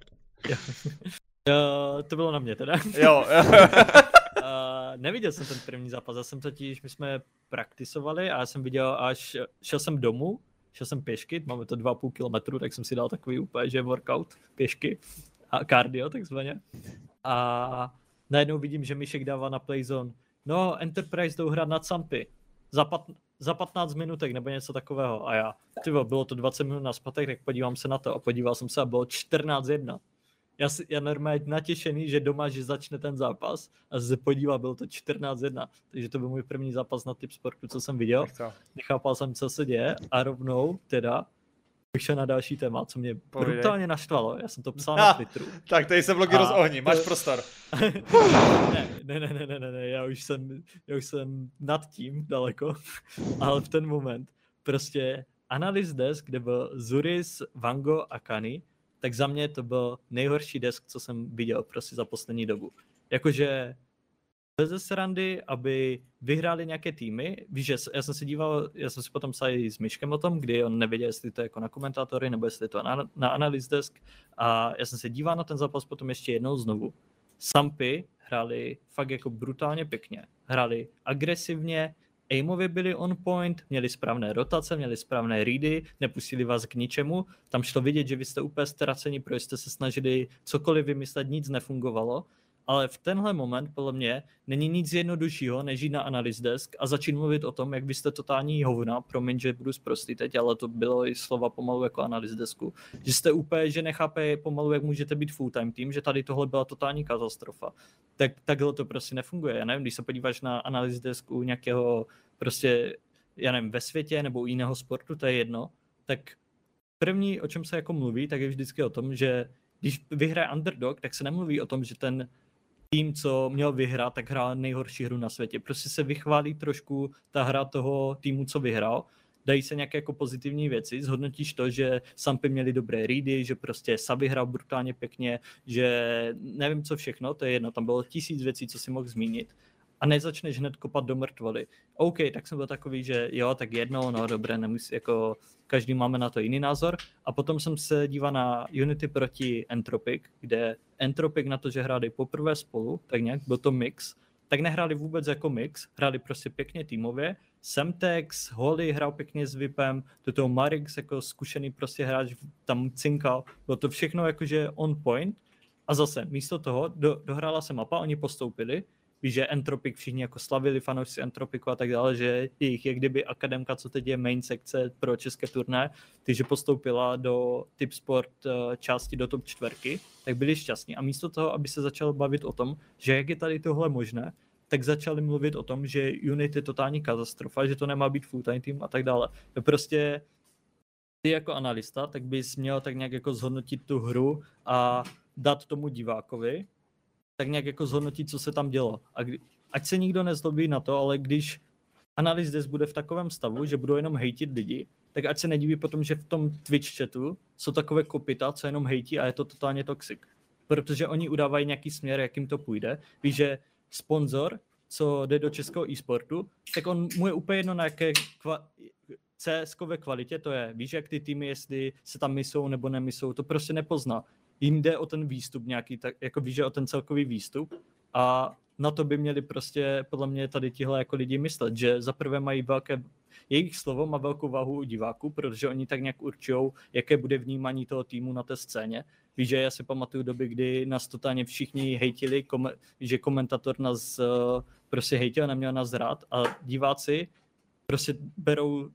To bylo na mě teda. Jo. Neviděl jsem ten první zápas, my jsme praktisovali a já jsem viděl šel jsem domů, šel jsem pěšky, máme to 2,5 kilometru, tak jsem si dal takový úplně, že workout pěšky a cardio takzvaně. A najednou vidím, že Mišek dává na Playzone, no Enterprise jdou hrát nad Sampy, za 15 minutek nebo něco takového a já, bylo to 20 minut nazpatek, tak podívám se na to a podíval jsem se a bylo 14-1. Já normálně natěšený, že doma, že začne ten zápas a se podíval, bylo to 14-1, takže to byl můj první zápas na Tip Sportu, co jsem viděl. Nechápal jsem, co se děje a rovnou teda bych šel na další téma, co mě brutálně naštvalo. Já jsem to psal na Twitteru. Tak tady se bloky rozohní, máš prostor. Ne, já už jsem nad tím daleko, ale v ten moment prostě analyst desk, kde byl Zuris, Vango a Kani, tak za mě to byl nejhorší desk, co jsem viděl prostě za poslední dobu. Jakože bez srandy, aby vyhráli nějaké týmy. Víš, že já jsem si potom psal i s Myškem o tom, kdy on nevěděl, jestli to je jako na komentátory, nebo jestli to je na analyst desk. A já jsem se díval na ten zápas potom ještě jednou znovu. Sampy hráli fakt jako brutálně pěkně. Hráli agresivně, aimově byli on point, měli správné rotace, měli správné ready, nepustili vás k ničemu. Tam šlo vidět, že vy jste úplně ztraceni, protože jste se snažili cokoliv vymyslet, nic nefungovalo. Ale v tenhle moment, podle mě, není nic jednoduššího, než jít na analyst desk a začít mluvit o tom, jak vy jste totální hovna, promiň, že budu sprostý teď, ale to bylo i slova pomalu jako analyst desku, že jste úplně, že nechápe pomalu, jak můžete být full-time tým, že tady tohle byla totální katastrofa. Takhle to prostě nefunguje. Já nevím, když se podíváš na analyst desku nějakého prostě, já nevím, ve světě nebo u jiného sportu, to je jedno, tak první, o čem se jako mluví, tak je vždycky o tom, že když vyhraje underdog, tak se nemluví o tom, že ten tým, co měl vyhrát, tak hrál nejhorší hru na světě. Prostě se vychválí trošku ta hra toho týmu, co vyhrál. Dají se nějaké jako pozitivní věci. Zhodnotíš to, že Sampy měli dobré ready, že prostě Saby hrál brutálně pěkně, že nevím co všechno, to je jedno, tam bylo 1000 věcí, co si mohl zmínit. A nezačneš hned kopat do mrtvoly. OK, tak jsem byl takový, že jo, tak jedno, no dobré, nemusí, jako každý máme na to jiný názor. A potom jsem se díval na Unity proti Entropic, kde Entropic na to, že hráli poprvé spolu, tak nějak byl to mix, tak nehráli vůbec jako mix, hráli prostě pěkně týmově. Semtex, Holly hrál pěkně s Vipem, do toho Marix jako zkušený prostě hráč tam cinkal, bylo to všechno jakože on point. A zase místo toho dohrála se mapa, oni postoupili. Víš, že Entropic všichni jako slavili fanoušci Entropiku a tak dále, že jejich je kdyby akademka, co teď je main sekce pro české turné, takže postoupila do Tipsport části do top 4, tak byli šťastní. A místo toho, aby se začal bavit o tom, že jak je tady tohle možné, tak začali mluvit o tom, že Unity je totální katastrofa, že to nemá být full-time team a tak dále. To prostě ty jako analysta, tak bys měl tak nějak jako zhodnotit tu hru a dát tomu divákovi, tak nějak jako zhodnotit, co se tam dělo. A ať se nikdo nezlobí na to, ale když analyst desk bude v takovém stavu, že budou jenom hejtit lidi, tak ať se nedíví potom, že v tom Twitch chatu jsou takové kopita, co jenom hejtí a je to totálně toxic. Protože oni udávají nějaký směr, jakým to půjde. Víš, že sponzor, co jde do českého e-sportu, tak on mu je úplně jedno na jaké CS-kové kvalitě to je. Víš, jak ty týmy, jestli se tam misou nebo nemisou, to prostě nepozná. Jim jde o ten výstup nějaký, tak jako víš, že o ten celkový výstup a na to by měli prostě podle mě tady tihle jako lidi myslet, že zaprvé mají jejich slovo má velkou váhu u diváků, protože oni tak nějak určují, jaké bude vnímání toho týmu na té scéně. Víš, že já si pamatuju doby, kdy nás totálně všichni hejtili, že komentator nás prostě hejtil, neměl nás rád a diváci prostě berou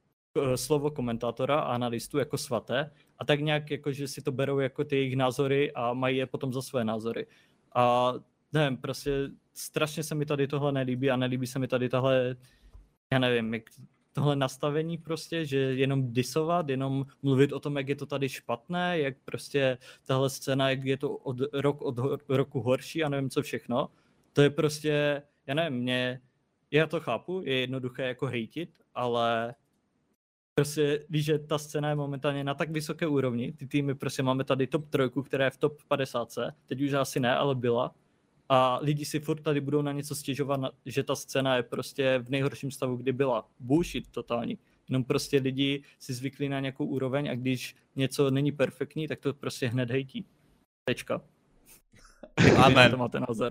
slovo komentátora a analystů jako svaté a tak nějak jako, že si to berou jako ty jejich názory a mají je potom za své názory. A nevím, prostě strašně se mi tady tohle nelíbí a nelíbí se mi tady tohle, já nevím, jak tohle nastavení prostě, že jenom disovat, jenom mluvit o tom, jak je to tady špatné, jak prostě tahle scéna, jak je to od roku horší a nevím co všechno. To je prostě, já nevím, já to chápu, je jednoduché jako hejtit, ale prostě víš, že ta scéna je momentálně na tak vysoké úrovni, ty týmy prostě máme tady top 3, která je v top 50, teď už asi ne, ale byla. A lidi si furt tady budou na něco stěžovat, že ta scéna je prostě v nejhorším stavu, kdy byla. Bullshit totální. Jenom prostě lidi si zvykli na nějakou úroveň a když něco není perfektní, tak to prostě hned hejtí. Tečka. Amen. Na to máte názor.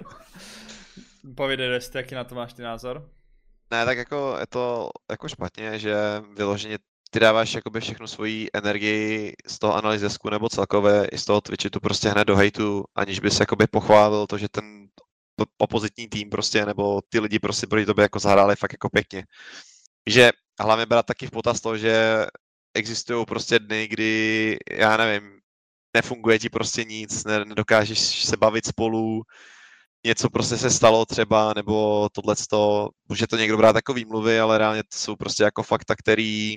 Povídej, jestli jaký na to máš ty názor? Ne, tak jako je to jako špatně, že vyloženě ty dáváš jakoby všechnu svoji energii z toho analýz desku nebo celkově i z toho Twitchi tu prostě hned do hejtu, aniž bys jakoby pochválil to, že ten opozitní tým prostě nebo ty lidi prostě proti tobě jako zahráli fakt jako pěkně. Že hlavně brát taky v potaz to, že existují prostě dny, kdy, já nevím, nefunguje ti prostě nic, nedokážeš se bavit spolu, něco prostě se stalo třeba, nebo tohleto, může to někdo brát jako výmluvy, ale reálně to jsou prostě jako fakta, který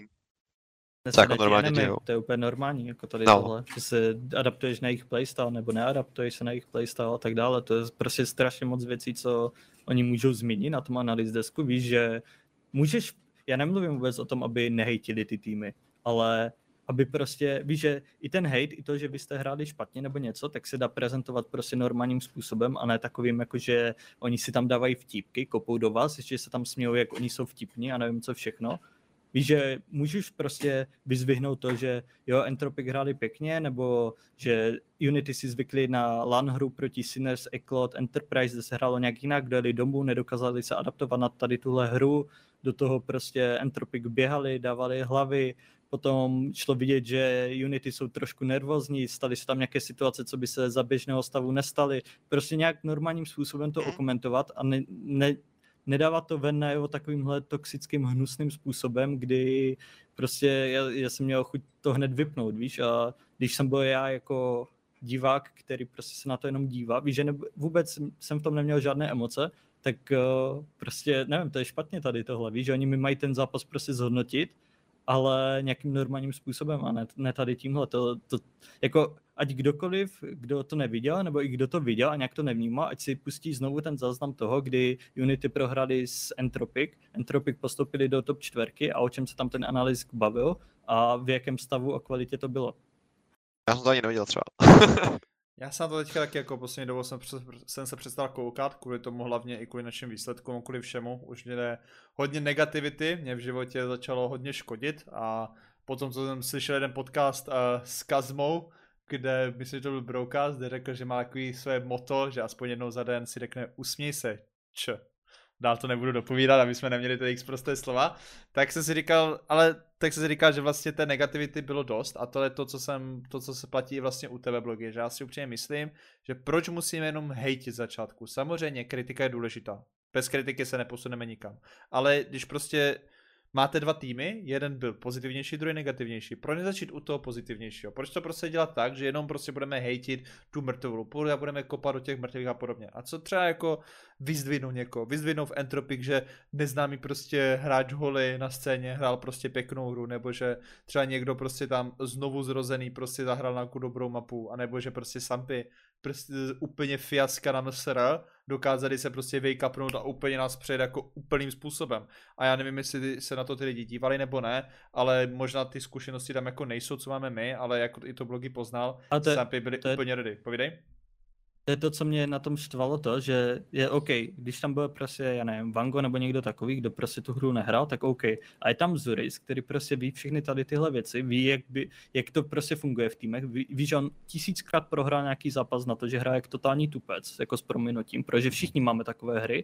se jako normálně dějou. To je úplně normální, jako tady tohle, že se adaptuješ na jejich playstyle, nebo neadaptuješ se na jejich playstyle a tak dále, to je prostě strašně moc věcí, co oni můžou zmínit na tom analýz desku, víš, že můžeš, já nemluvím vůbec o tom, aby nehejtili ty týmy, ale aby prostě, víš, že i ten hate, i to, že vy jste hráli špatně nebo něco, tak se dá prezentovat prostě normálním způsobem a ne takovým, jako že oni si tam dávají vtípky, kopou do vás, že se tam smějou, jak oni jsou vtipní a nevím co všechno. Víš, že můžeš prostě vyzvihnout to, že jo, Entropic hráli pěkně, nebo že Unity si zvykli na LAN hru proti Sinners, Eclot, Enterprise, kde se hrálo nějak jinak, dojeli domů, nedokázali se adaptovat na tady tuhle hru, do toho prostě Entropic běhali, dávali hlavy, potom šlo vidět, že Unity jsou trošku nervózní, staly se tam nějaké situace, co by se za běžného stavu nestaly, prostě nějak normálním způsobem to okomentovat a nedávat to ven najevo takovýmhle toxickým, hnusným způsobem, kdy prostě já jsem měl chuť to hned vypnout, víš, a když jsem byl já jako divák, který prostě se na to jenom dívá, víš, že vůbec jsem v tom neměl žádné emoce, tak prostě, nevím, to je špatně tady tohle, víš, že oni mi mají ten zápas prostě zhodnotit, ale nějakým normálním způsobem a ne tady tímhle, to jako ať kdokoliv, kdo to neviděl, nebo i kdo to viděl a nějak to nevnímal, ať si pustí znovu ten záznam toho, kdy Unity prohráli s Entropic postoupili do top 4 a o čem se tam ten analytik bavil a v jakém stavu a kvalitě to bylo. Já jsem to ani neviděl třeba. Já jsem to teďka taky jako poslední dobou jsem se přestal koukat, kvůli tomu hlavně i kvůli našim výsledkům, kvůli všemu. Už mě jde hodně negativity, mě v životě začalo hodně škodit a potom, co jsem slyšel jeden podcast s Kazmou, kde myslím, že to byl Broadcast, kde řekl, že má takový své motto, že aspoň jednou za den si řekne usměj se, dál to nebudu dopovídat, aby jsme neměli ty prosté slova, tak jsem si říkal, že vlastně té negativity bylo dost a to je to, co se platí vlastně u tebe blogy, že já si upřímně myslím, že proč musíme jenom hejtit začátku. Samozřejmě kritika je důležitá, bez kritiky se neposuneme nikam, ale když prostě máte dva týmy, jeden byl pozitivnější, druhý negativnější. Proč nezačít u toho pozitivnějšího? Proč to prostě dělat tak, že jenom prostě budeme hejtit tu mrtvolu a budeme kopat do těch mrtvých a podobně. A co třeba jako vyzdvihnout v Entropic, že neznámý prostě hráč holy na scéně hrál prostě pěknou hru, nebo že třeba někdo prostě tam znovu zrozený prostě zahrál nějakou dobrou mapu, anebo že prostě Sampy prostě úplně fiaska na MSR, dokázali se prostě wake-upnout a úplně nás přejet jako úplným způsobem. A já nevím, jestli se na to ty lidi dívali nebo ne, ale možná ty zkušenosti tam jako nejsou, co máme my, ale jako i to blogy poznal, Sampy byli úplně ready. Povídej. To je to, co mě na tom štvalo to, že je OK, když tam byl prostě, já nevím, Vango nebo někdo takový, kdo prostě tu hru nehrál, tak OK. A je tam Zuris, který prostě ví všechny tady tyhle věci, ví, jak to prostě funguje v týmech, ví, že on 1000krát prohrál nějaký zápas na to, že hraje jak totální tupec, jako s prominutím, protože všichni máme takové hry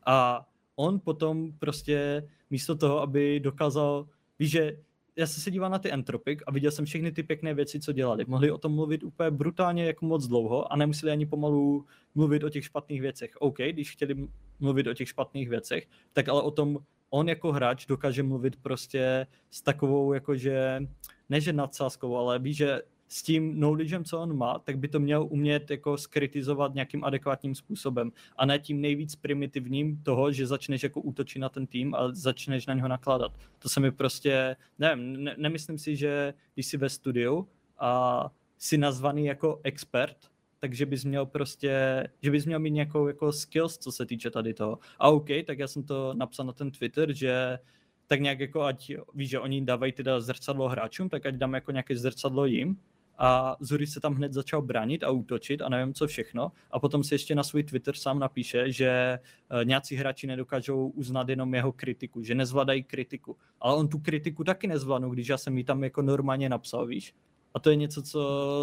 a on potom prostě místo toho, aby dokázal, víš, že já jsem se díval na ty Entropic a viděl jsem všechny ty pěkné věci, co dělali. Mohli o tom mluvit úplně brutálně jako moc dlouho a nemuseli ani pomalu mluvit o těch špatných věcech. OK, když chtěli mluvit o těch špatných věcech, tak ale o tom on jako hráč dokáže mluvit prostě s takovou jakože, ne že nadsázkou, ale víš, že s tím knowledgem, co on má, tak by to měl umět jako skritizovat nějakým adekvátním způsobem a ne tím nejvíc primitivním toho, že začneš jako útočit na ten tým a začneš na něho nakládat. To se mi prostě, nevím, nemyslím si, že když jsi ve studiu a jsi nazvaný jako expert, takže bys měl prostě, že bys měl mít nějakou jako skills, co se týče tady toho. A OK, tak já jsem to napsal na ten Twitter, že tak nějak jako ať víš, že oni dávají teda zrcadlo hráčům, tak ať dáme jako nějaké zrcadlo jim. A Zuri se tam hned začal bránit a útočit a nevím co všechno. A potom si ještě na svůj Twitter sám napíše, že nějací hráči nedokážou uznat jenom jeho kritiku, že nezvládají kritiku. Ale on tu kritiku taky nezvládnul, když já jsem ji tam jako normálně napsal, víš. A to je něco, co...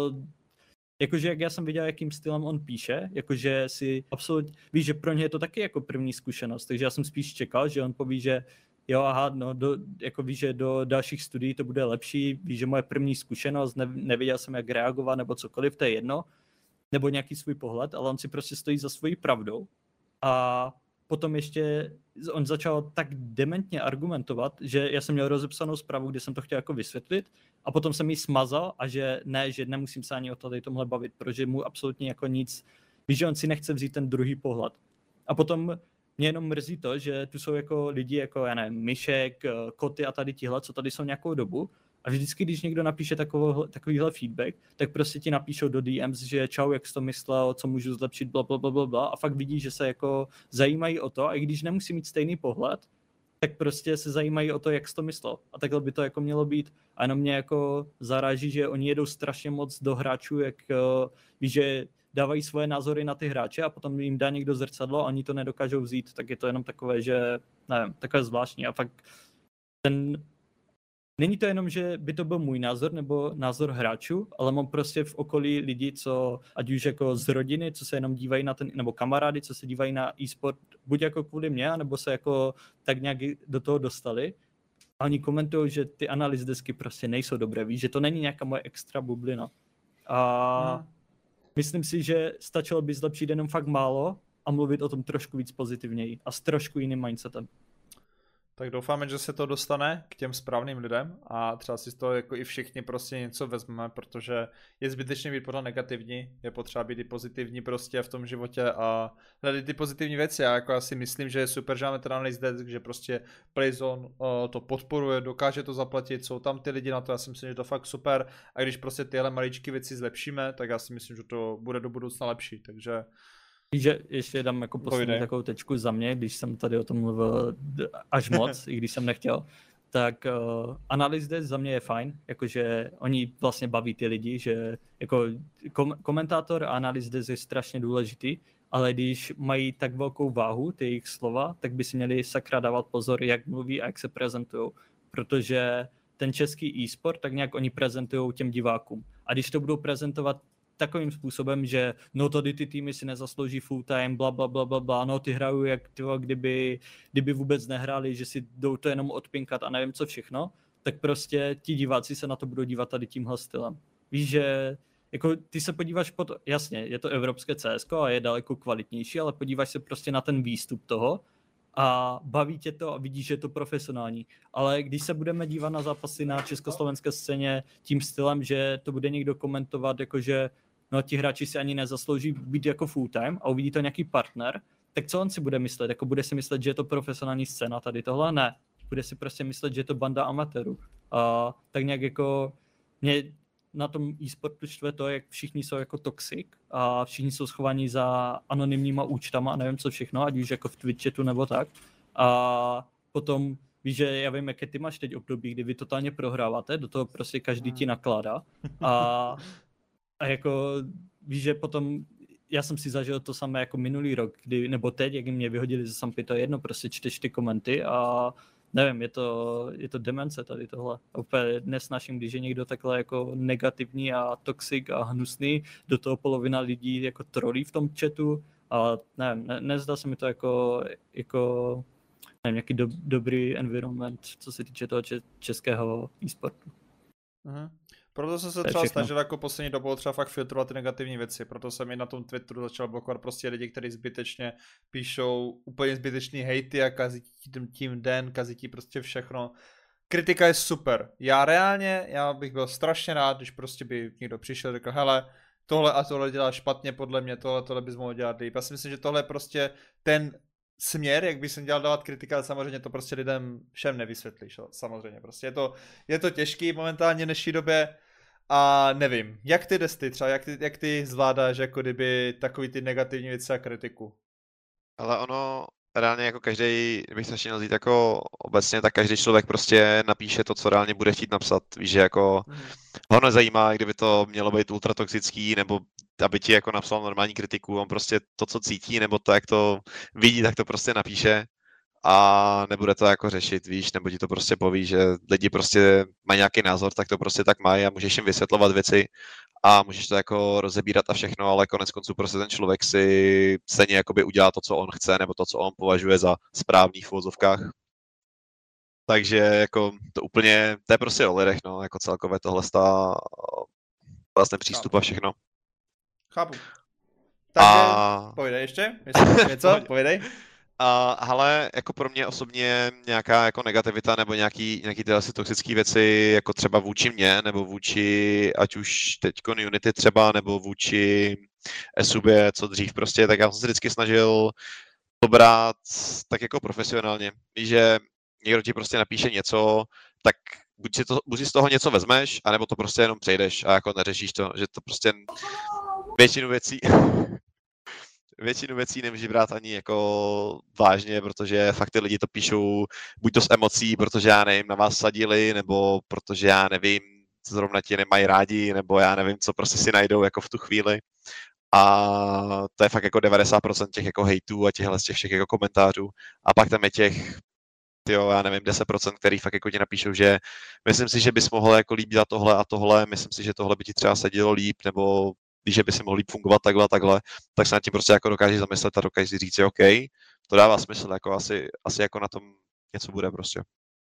Jakože jak já jsem viděl, jakým stylem on píše, jakože si absolutně... Víš, že pro ně je to taky jako první zkušenost, takže já jsem spíš čekal, že on poví, že jo, aha, no, jako víš, že do dalších studií to bude lepší, víš, že moje první zkušenost, nevěděl jsem, jak reagovat, nebo cokoliv, to je jedno, nebo nějaký svůj pohled, ale on si prostě stojí za svojí pravdou a potom ještě on začal tak dementně argumentovat, že já jsem měl rozepsanou zprávu, kde jsem to chtěl jako vysvětlit a potom jsem ji smazal a že nemusím se ani o tady tomhle bavit, protože mu absolutně jako nic, víš, že on si nechce vzít ten druhý pohled. A potom mě jenom mrzí to, že tu jsou jako lidi jako, já nevím, Myšek, Koty a tady tihle, co tady jsou nějakou dobu a vždycky, když někdo napíše takovýhle feedback, tak prostě ti napíšou do DMs, že čau, jak jsi to myslel, co můžu zlepšit, blablabla a fakt vidí, že se jako zajímají o to a i když nemusí mít stejný pohled, tak prostě se zajímají o to, jak jsi to myslel. A takhle by to jako mělo být. A jenom mě jako zaráží, že oni jedou strašně moc do hráčů, jak víš, že dávají svoje názory na ty hráče a potom jim dá někdo zrcadlo a oni to nedokážou vzít, tak je to jenom takové, že nevím, takové zvláštní a fakt není to jenom, že by to byl můj názor nebo názor hráčů, ale mám prostě v okolí lidi, co ať už jako z rodiny, co se jenom dívají na ten, nebo kamarády, co se dívají na e-sport, buď jako kvůli mě, nebo se jako tak nějak do toho dostali. A oni komentují, že ty analýzy desky prostě nejsou dobré, víš, že to není nějaká moje extra bublina. A myslím si, že stačilo by zlepšit jenom fakt málo a mluvit o tom trošku víc pozitivněji a s trošku jiným mindsetem. Tak doufáme, že se to dostane k těm správným lidem a třeba si z toho jako i všichni prostě něco vezmeme, protože je zbytečně být pořád negativní, je potřeba být i pozitivní prostě v tom životě a hledat ty pozitivní věci. Já jako asi myslím, že je super, že máme ten analyst desk, že prostě Playzone to podporuje, dokáže to zaplatit, jsou tam ty lidi na to, já si myslím, že to fakt super a když prostě tyhle maličké věci zlepšíme, tak já si myslím, že to bude do budoucna lepší, takže Že ještě dám jako poslední takovou tečku za mě, když jsem tady o tom mluvil až moc, i když jsem nechtěl, tak analyst desk za mě je fajn, jakože oni vlastně baví ty lidi, že jako komentátor a analyst desk je strašně důležitý, ale když mají tak velkou váhu, ty jejich slova, tak by si měli sakra dávat pozor, jak mluví a jak se prezentují, protože ten český e-sport, tak nějak oni prezentují těm divákům. A když to budou prezentovat takovým způsobem, že no tady ty týmy si nezaslouží full time, bla bla bla bla bla, no ty hrajou jak tyho, kdyby vůbec nehráli, že si jdou to jenom odpinkat a nevím co všechno, tak prostě ti diváci se na to budou dívat tady tímhle stylem. Víš, že jako ty se podíváš jasně, je to evropské CSko a je daleko kvalitnější, ale podíváš se prostě na ten výstup toho a baví tě to a vidíš, že je to profesionální. Ale když se budeme dívat na zápasy na československé scéně tím stylem, že to bude někdo komentovat, jakože no ti hráči si ani nezaslouží být jako full time a uvidí to nějaký partner, tak co on si bude myslet? Jako bude si myslet, že je to profesionální scéna tady tohle? Ne. Bude si prostě myslet, že je to banda amatérů. A tak nějak jako mě na tom e-sportu štve to, jak všichni jsou jako toxic a všichni jsou schovaní za anonymníma účtama a nevím co všechno, ať už jako v Twitchatu nebo tak. A potom víš, že já vím, jaké ty máš teď období, kdy vy totálně prohráváte, do toho prostě každý ti nakládá. A jako víš, že potom já jsem si zažil to samé jako minulý rok, nebo teď, jak mě vyhodili ze Sampy, to je jedno, prostě čteš ty komenty a nevím, je to demence tady tohle. A úplně nesnáším, když je někdo takhle jako negativní a toxic a hnusný, do toho polovina lidí jako trolí v tom chatu a nevím, nezdá se mi to jako nevím, nějaký dobrý environment, co se týče toho českého e-sportu. Mhm. Proto jsem se třeba snažil jako poslední dobou třeba fakt filtrovat ty negativní věci, proto jsem i na tom Twitteru začal blokovat prostě lidi, kteří zbytečně píšou úplně zbytečný hejty a kazí tím den, kazí ti prostě všechno. Kritika je super. Já bych byl strašně rád, když prostě by někdo přišel a řekl, hele, tohle a tohle dělá špatně podle mě, tohle bys mohl dělat líp. Já si myslím, že tohle je prostě ten směr, jak bych jsem dělal dávat kritika, ale samozřejmě to prostě lidem všem nevysvětlíš, samozřejmě. Prostě je to těžký momentálně v dnešní době a nevím, jak ty Desty třeba, jak ty zvládáš jako kdyby takový ty negativní věci a kritiku? Ale ono reálně jako každý, kdybych se chtěl vzít jako obecně, tak každý člověk prostě napíše to, co reálně bude chtít napsat. Víš, že jako ho nezajímá, kdyby to mělo být ultratoxický, nebo aby ti jako napsal normální kritiku, on prostě to, co cítí, nebo to, jak to vidí, tak to prostě napíše a nebude to jako řešit, víš, nebo ti to prostě poví, že lidi prostě mají nějaký názor, tak to prostě tak mají a můžeš jim vysvětlovat věci a můžeš to jako rozebírat a všechno, ale konec konců prostě ten člověk si stejně jakoby udělá to, co on chce, nebo to, co on považuje za správný v uvozovkách. Takže jako to je prostě o lidech, no, jako celkové tohle vlastně přístup a všechno. Chápu. Takže povídej ještě, něco, povídej. Ale jako pro mě osobně nějaká jako negativita nebo nějaký tyhle toxické věci, jako třeba vůči mně, nebo vůči ať už teďko Unity třeba, nebo vůči SUB, co dřív prostě, tak já jsem se vždycky snažil to brát tak jako profesionálně. Víš, že někdo ti prostě napíše něco, tak buď si z toho něco vezmeš, anebo to prostě jenom přejdeš a jako neřešíš to, že to prostě většinu věcí většinu věcí nemůžeš brát ani jako vážně, protože fakt ty lidi to píšou buď to s emocí, protože já nevím, na vás sadili, nebo protože já nevím, zrovna tě nemají rádi, nebo já nevím, co prostě si najdou jako v tu chvíli. A to je fakt jako 90% těch jako hejtů a těchhle z těch všech jako komentářů. A pak tam je těch, já nevím, 10%, který fakt jako ti napíšou, že myslím si, že bys mohl jako líp dělat tohle a tohle, myslím si, že tohle by ti třeba sedělo líp, nebo že by si mohl líp fungovat takhle a takhle, tak se nad tím prostě jako dokážeš zamyslet a dokážeš si říct, že OK, to dává smysl, jako asi jako na tom něco bude prostě.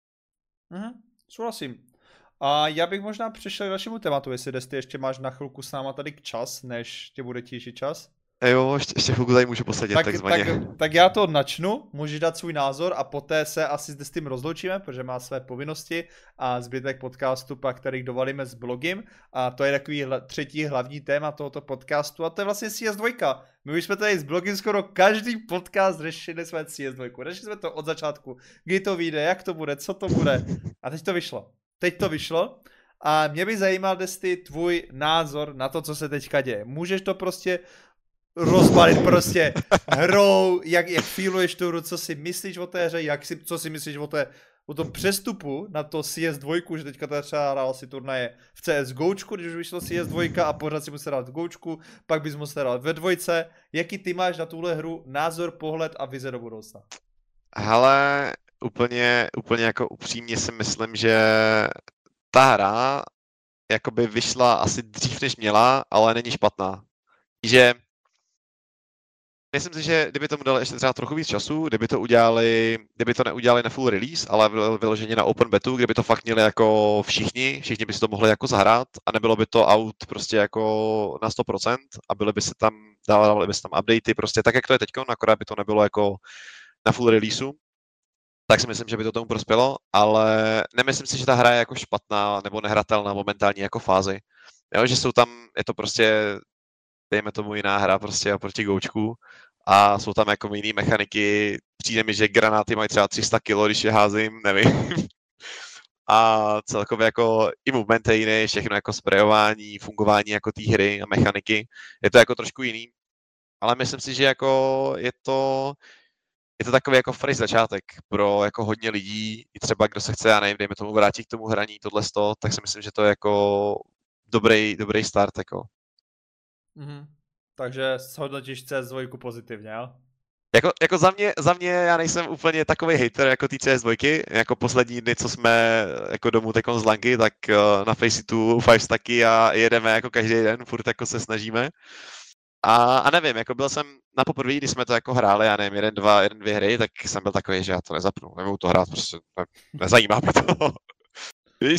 Souhlasím. A já bych možná přešel k dalšímu tématu, jestli Desty ještě máš na chvilku s náma tady čas, než tě bude tížit čas. Jo, ještě chvilku tady můžu posadit, takzvaně. Tak já to načnu, můžeš dát svůj názor a poté se asi s Destym rozloučíme, protože má své povinnosti a zbytek podcastu pak tady dovalíme s blogem a to je takový třetí hlavní téma tohoto podcastu a to je vlastně CS2. My už jsme tady s blogem skoro každý podcast řešili své CS2. Řešili jsme to od začátku, kdy to vyjde, jak to bude, co to bude a teď to vyšlo. A mě by zajímal, Desty, tvůj názor na to, co se teďka děje. Můžeš to prostě rozbalit prostě hrou, jak feeluješ tu hru, co si myslíš o té hře, co si myslíš o tom přestupu na to CS2, že teďka třeba hrál si turnaje v CSGOčku, když už vyšlo CS2 a pořád si musel hrát v Gočku, pak bys musel hrát ve dvojce. Jaký ty máš na tuhle hru názor, pohled a vize do budoucna? Hele, úplně jako upřímně si myslím, že ta hra jakoby vyšla asi dřív, než měla, ale není špatná. Že myslím si, že kdyby tomu dali ještě třeba trochu víc času, kdyby to neudělali na full release, ale vyloženě na open betu, kdyby to fakt měli jako všichni by si to mohli jako zahrát a nebylo by to out prostě jako na 100% a dávali by se tam updatey prostě tak, jak to je teďko, akorát by to nebylo jako na full releaseu, tak si myslím, že by to tomu prospělo, ale nemyslím si, že ta hra je jako špatná nebo nehratelná momentální jako fázi. Jo, že je to prostě, dejme tomu jiná hra prostě oproti Gočku a jsou tam jako jiný mechaniky, přijde mi, že granáty mají třeba 300 kg, když je házím, nevím. A celkově jako i movement je jiný, všechno jako sprejování, fungování jako té hry a mechaniky, je to jako trošku jiný. Ale myslím si, že jako je to takový jako fresh začátek pro jako hodně lidí, i třeba kdo se chce, já nevím, dejme tomu vrátit k tomu hraní tohleto, tak si myslím, že to je jako dobrý start jako. Takže shodnotíš CS2 pozitivně, jo? Jako za mě já nejsem úplně takový hater jako ty CS2, jako poslední dny, co jsme jako domů tekon z lanky, tak na Faceitu 5 stacky a jedeme jako každý den, furt jako se snažíme. A nevím, jako byl jsem na poprvé, když jsme to jako hráli, já nevím, dvě hry, tak jsem byl takový, že já to nezapnu, nemohu to hrát, prostě nezajímá mě to. Víš?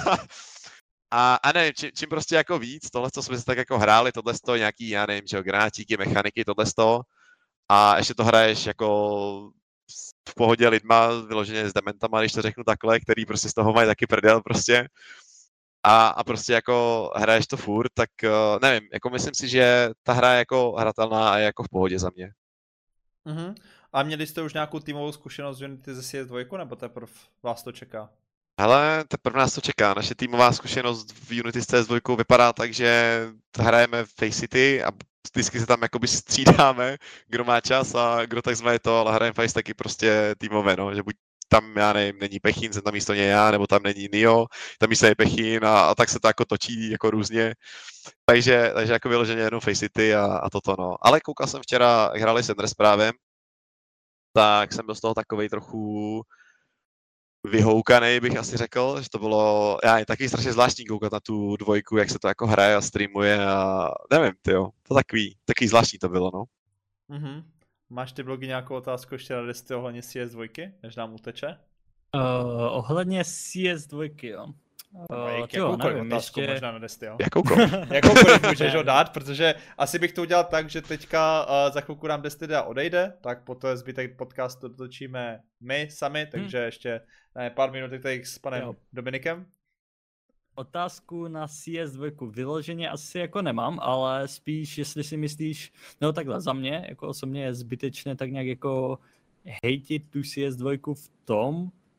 A nevím, čím prostě jako víc, tohle, co jsme si tak jako hráli, tohle nějaký, já nevím, že granátíky, mechaniky, tohle a ještě to hraješ jako v pohodě lidma, vyloženě s dementama, když to řeknu takhle, který prostě z toho mají taky prdel prostě. A prostě jako hraješ to furt, tak nevím, jako myslím si, že ta hra je jako hratelná a je jako v pohodě za mě. A měli jste už nějakou týmovou zkušenost z Unity ze CS2, nebo teprve vás to čeká? Hele, teprve nás to čeká. Naše týmová zkušenost v Unity s CS2 vypadá tak, že hrajeme v Faceit a vždycky se tam jakoby střídáme, kdo má čas a kdo tak zve to, ale hrajeme Face taky prostě týmové, no, že buď tam, já nevím, není Pechin, jsem tam místo něj já, nebo tam není Nio, tam místo je Pechin a tak se to jako točí jako různě. Takže jako vyloženě jenom Faceity a toto, no. Ale koukal jsem včera, jak hráli s Endress právě, tak jsem byl z toho takovej trochu vyhoukanej, bych asi řekl, že to bylo, je taky strašně zvláštní koukat na tu dvojku, jak se to jako hraje a streamuje a nevím, tyjo, to takový zvláštní to bylo, no. Máš ty blogy nějakou otázku ještě na Desty ohledně CS2, než nám uteče? Ohledně CS2, jo. Jakoukoliv otázku ještě... možná na Desty, jo? Jakoukoliv můžeš ho dát, protože asi bych to udělal tak, že teďka za chvilku nám Desty odejde, tak poté zbytek podcastu dotočíme my sami, takže ještě pár minut tady s panem Dominikem. Otázku na CS2 vyloženě asi jako nemám, ale spíš, jestli si myslíš, no takhle za mě, jako osobně je zbytečné tak nějak jako hejtit tu CS2 v tom,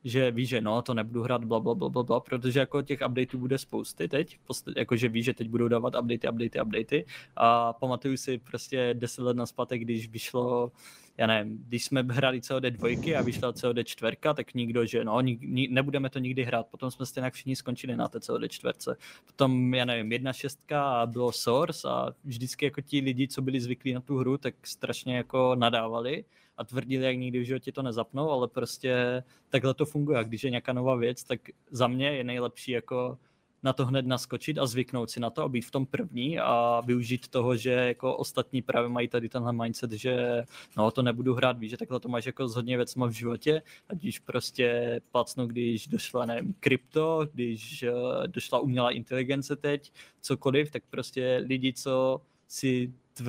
že ví, že no, to nebudu hrát bla, protože jako těch updateů bude spousty teď, jakože ví, že teď budou dávat updaty a pamatuju si prostě 10 let nazpatek, když vyšlo, já nevím, když jsme hráli COD 2 a vyšla COD 4, tak nikdo, že no, nebudeme to nikdy hrát, potom jsme stejně všichni skončili na té COD 4. Potom, já nevím, 1.6 a bylo Source a vždycky jako ti lidi, co byli zvyklí na tu hru, tak strašně jako nadávali a tvrdili, jak nikdy v životě to nezapnou, ale prostě takhle to funguje. A když je nějaká nová věc, tak za mě je nejlepší jako na to hned naskočit a zvyknout si na to a být v tom první a využít toho, že jako ostatní právě mají tady tenhle mindset, že no to nebudu hrát, víš, že takhle to máš jako s hodně věcma v životě, ať když prostě placnu, když došla, nevím, krypto, když došla umělá inteligence teď, cokoliv, tak prostě lidi, co si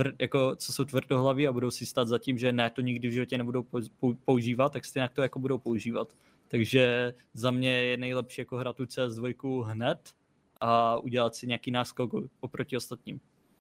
co jsou tvrdohlaví a budou si stát za tím, že ne, to nikdy v životě nebudou používat, tak stejně to jako budou používat. Takže za mě je nejlepší jako hrát tu CS2 hned a udělat si nějaký náskok oproti ostatním.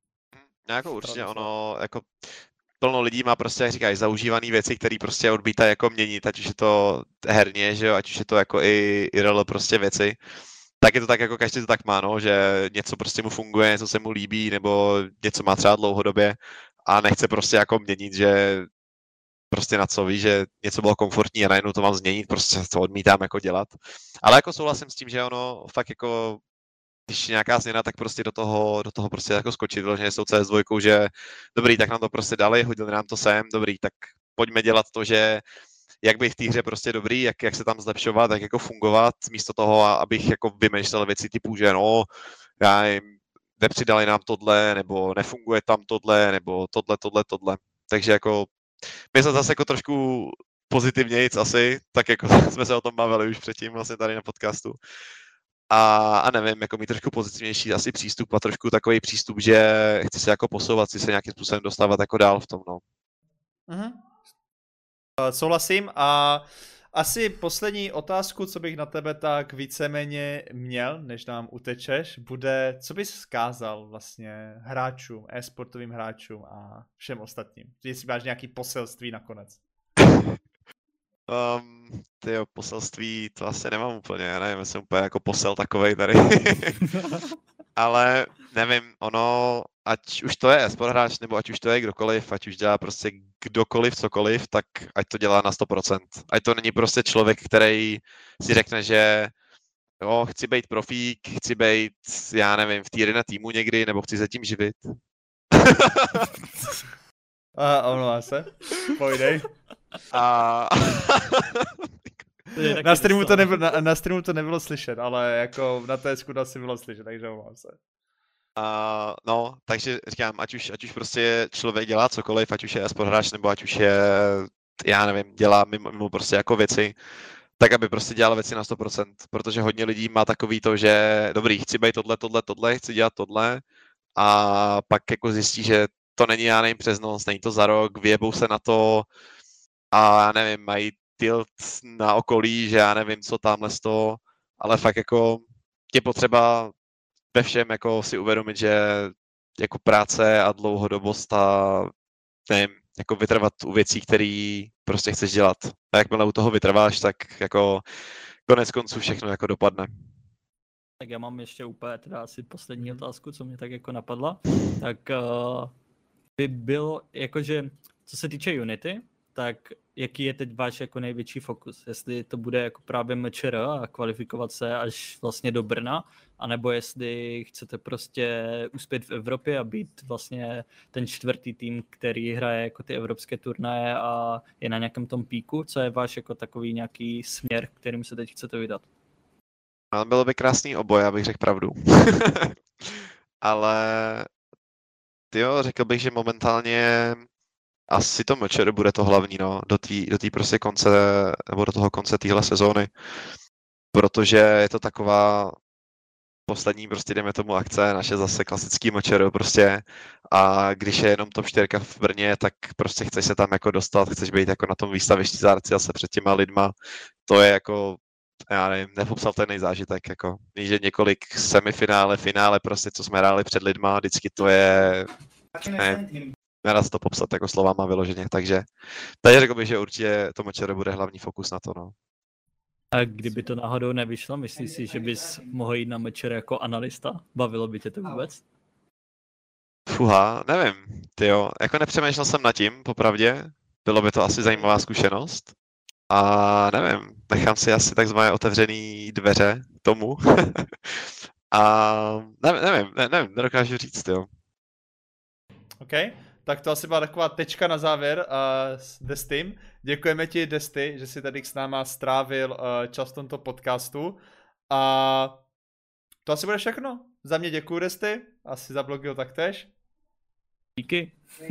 Jako určitě ono, jako plno lidí má prostě, jak říkáš, zaužívané věci, které prostě odmítají jako měnit, ať už je to herně, že jo, ať už je to jako i IRL prostě věci. Tak je to tak, jako každý to tak má, no, že něco prostě mu funguje, něco se mu líbí, nebo něco má třeba dlouhodobě a nechce prostě jako měnit, že prostě na co ví, že něco bylo komfortní a najednou to mám změnit, prostě to odmítám jako dělat. Ale jako souhlasím s tím, že ono fakt jako, když je nějaká změna, tak prostě do toho prostě jako skočit, že jsou CS2, že dobrý, tak nám to prostě dali, hodili nám to sem, dobrý, tak pojďme dělat to, že jak být v té hře prostě dobrý, jak se tam zlepšovat, jak jako fungovat, místo toho, abych jako vymýšlel věci typu, že no, já jim nepřidali nám tohle, nebo nefunguje tam tohle, nebo tohle. Takže jako myslet zase jako trošku pozitivnějc asi, tak jako jsme se o tom bavili už předtím vlastně tady na podcastu. A nevím, jako mít trošku pozitivnější asi přístup a trošku takový přístup, že chci se jako posouvat, chci se nějakým způsobem dostávat jako dál v tom, no. Souhlasím a asi poslední otázku, co bych na tebe tak víceméně měl, než nám utečeš, bude, co bys vzkázal vlastně hráčům, e-sportovým hráčům a všem ostatním? Jestli máš nějaký poselství nakonec. Tyjo, poselství to asi nemám úplně, já nevím, jsem úplně jako posel takovej tady. Ale nevím, ono, ať už to je e-sport hráč, nebo ať už to je kdokoliv, ať už dělá prostě kdokoliv, cokoliv, tak ať to dělá na 100%. Ať to není prostě člověk, který si řekne, že jo, chci být profík, chci být, já nevím, v tier 1 týmu někdy, nebo chci se tím živit. Omlouvám se, pojdej. Na streamu to nebylo slyšet, ale jako na TSku to asi bylo slyšet, takže omlouvám se. No, takže říkám, ať už prostě člověk dělá cokoliv, ať už je e-sport hráč, nebo ať už je, já nevím, dělá mimo prostě jako věci, tak aby prostě dělal věci na 100%, protože hodně lidí má takový to, že dobrý, chci být tohle, chci dělat tohle a pak jako zjistí, že to není, já nevím, přes noc, není to za rok, vyjebou se na to a já nevím, mají tilt na okolí, že já nevím, co tamhle z toho, ale fakt jako je potřeba ve všem jako si uvědomit, že jako práce a dlouhodobost a nevím, jako vytrvat u věcí, které prostě chceš dělat. A jakmile u toho vytrváš, tak jako konec konců všechno jako dopadne. Tak já mám ještě úplně teda asi poslední otázku, co mě tak jako napadla. Tak by bylo, jakože, co se týče Unity, tak jaký je teď váš jako největší fokus? Jestli to bude jako právě MČR a kvalifikovat se až vlastně do Brna, anebo jestli chcete prostě uspět v Evropě a být vlastně ten čtvrtý tým, který hraje jako ty evropské turnaje a je na nějakém tom píku, co je váš jako takový nějaký směr, kterým se teď chcete vydat? No, bylo by krásný oboje, abych řekl pravdu. Ale tyjo, řekl bych, že momentálně asi to MČR bude to hlavní, no, do té prostě konce, nebo do toho konce téhle sezóny. Protože je to taková poslední prostě jdeme tomu akce, naše zase klasický MČR prostě a když je jenom top 4 v Brně, tak prostě chceš se tam jako dostat, chceš být jako na tom výstavišti zárci zase před těma lidma, to je jako, já nevím, nepopsatelný zážitek, jako, že několik semifinále, finále prostě, co jsme hráli před lidma, vždycky to je, nedá se to popsat jako slovama vyloženě, takže řekl bych, že určitě to MČR bude hlavní fokus na to, no. A kdyby to náhodou nevyšlo, myslíš si, že bys mohl jít na mečer jako analysta? Bavilo by tě to vůbec? Fuha, nevím, tyjo, jako nepřemýšlel jsem nad tím, popravdě, bylo by to asi zajímavá zkušenost. A nevím, nechám si asi takzvané otevřený dveře tomu. A nevím, nedokážu říct, jo. OK, tak to asi byla taková tečka na závěr s Destym. Děkujeme ti, Desty, že jsi tady s náma strávil čas v tomto podcastu. A to asi bude všechno. Za mě děkuju, Desty, asi za Blogio taktéž. Díky.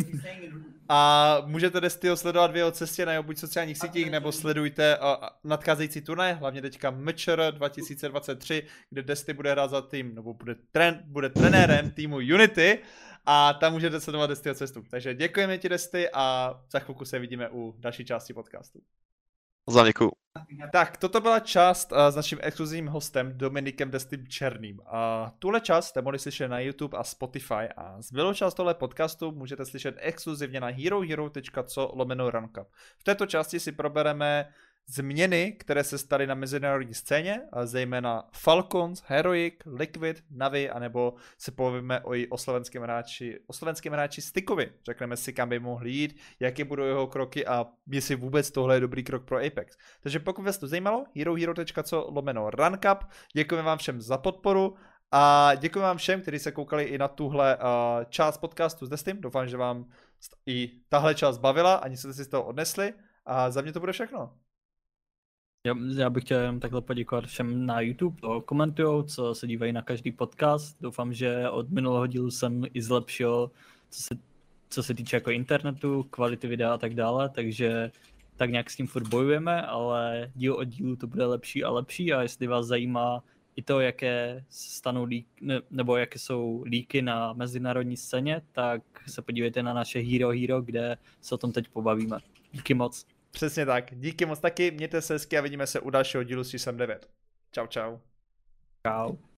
A můžete Destyho sledovat v jeho cestě na jeho buď sociálních sítích, nebo sledujte nadcházející turné, hlavně teďka MČR 2023, kde Desty bude hrát za tým, nebo bude trenérem týmu Unity a tam můžete sledovat Destyho cestu. Takže děkujeme ti, Desty, a za chvilku se vidíme u další části podcastu. Za děkuju. Tak, toto byla část s naším exkluzivním hostem Dominikem Destym Černým. Tuhle část jste mohli slyšet na YouTube a Spotify a zbylou část tohle podcastu můžete slyšet exkluzivně na herohero.co/runcup. V této části si probereme změny, které se staly na mezinárodní scéně, a zejména Falcons, Heroic, Liquid, Navi, anebo se povíme o slovenském hráči Stykovi. Řekneme si, kam by mohli jít, jaké budou jeho kroky a jestli vůbec tohle je dobrý krok pro Apex. Takže pokud vás to zajímalo, herohero.co/runcup. Děkujeme vám všem za podporu a děkujeme vám všem, kteří se koukali i na tuhle část podcastu s Destym. Doufám, že vám i tahle část bavila a něco jste si z toho odnesli a za mě to bude všechno. Já bych chtěl jenom takhle poděkovat všem na YouTube, co komentujou, co se dívají na každý podcast. Doufám, že od minulého dílu jsem i zlepšil, co se týče jako internetu, kvality videa a tak dále, takže tak nějak s tím furt bojujeme, ale díl od dílu to bude lepší a lepší a jestli vás zajímá i to, jaké stanou nebo jaké jsou líky na mezinárodní scéně, tak se podívejte na naše Hero, kde se o tom teď pobavíme. Díky moc. Přesně tak. Díky moc taky, mějte se hezky a vidíme se u dalšího dílu 379. Čau, čau. Čau.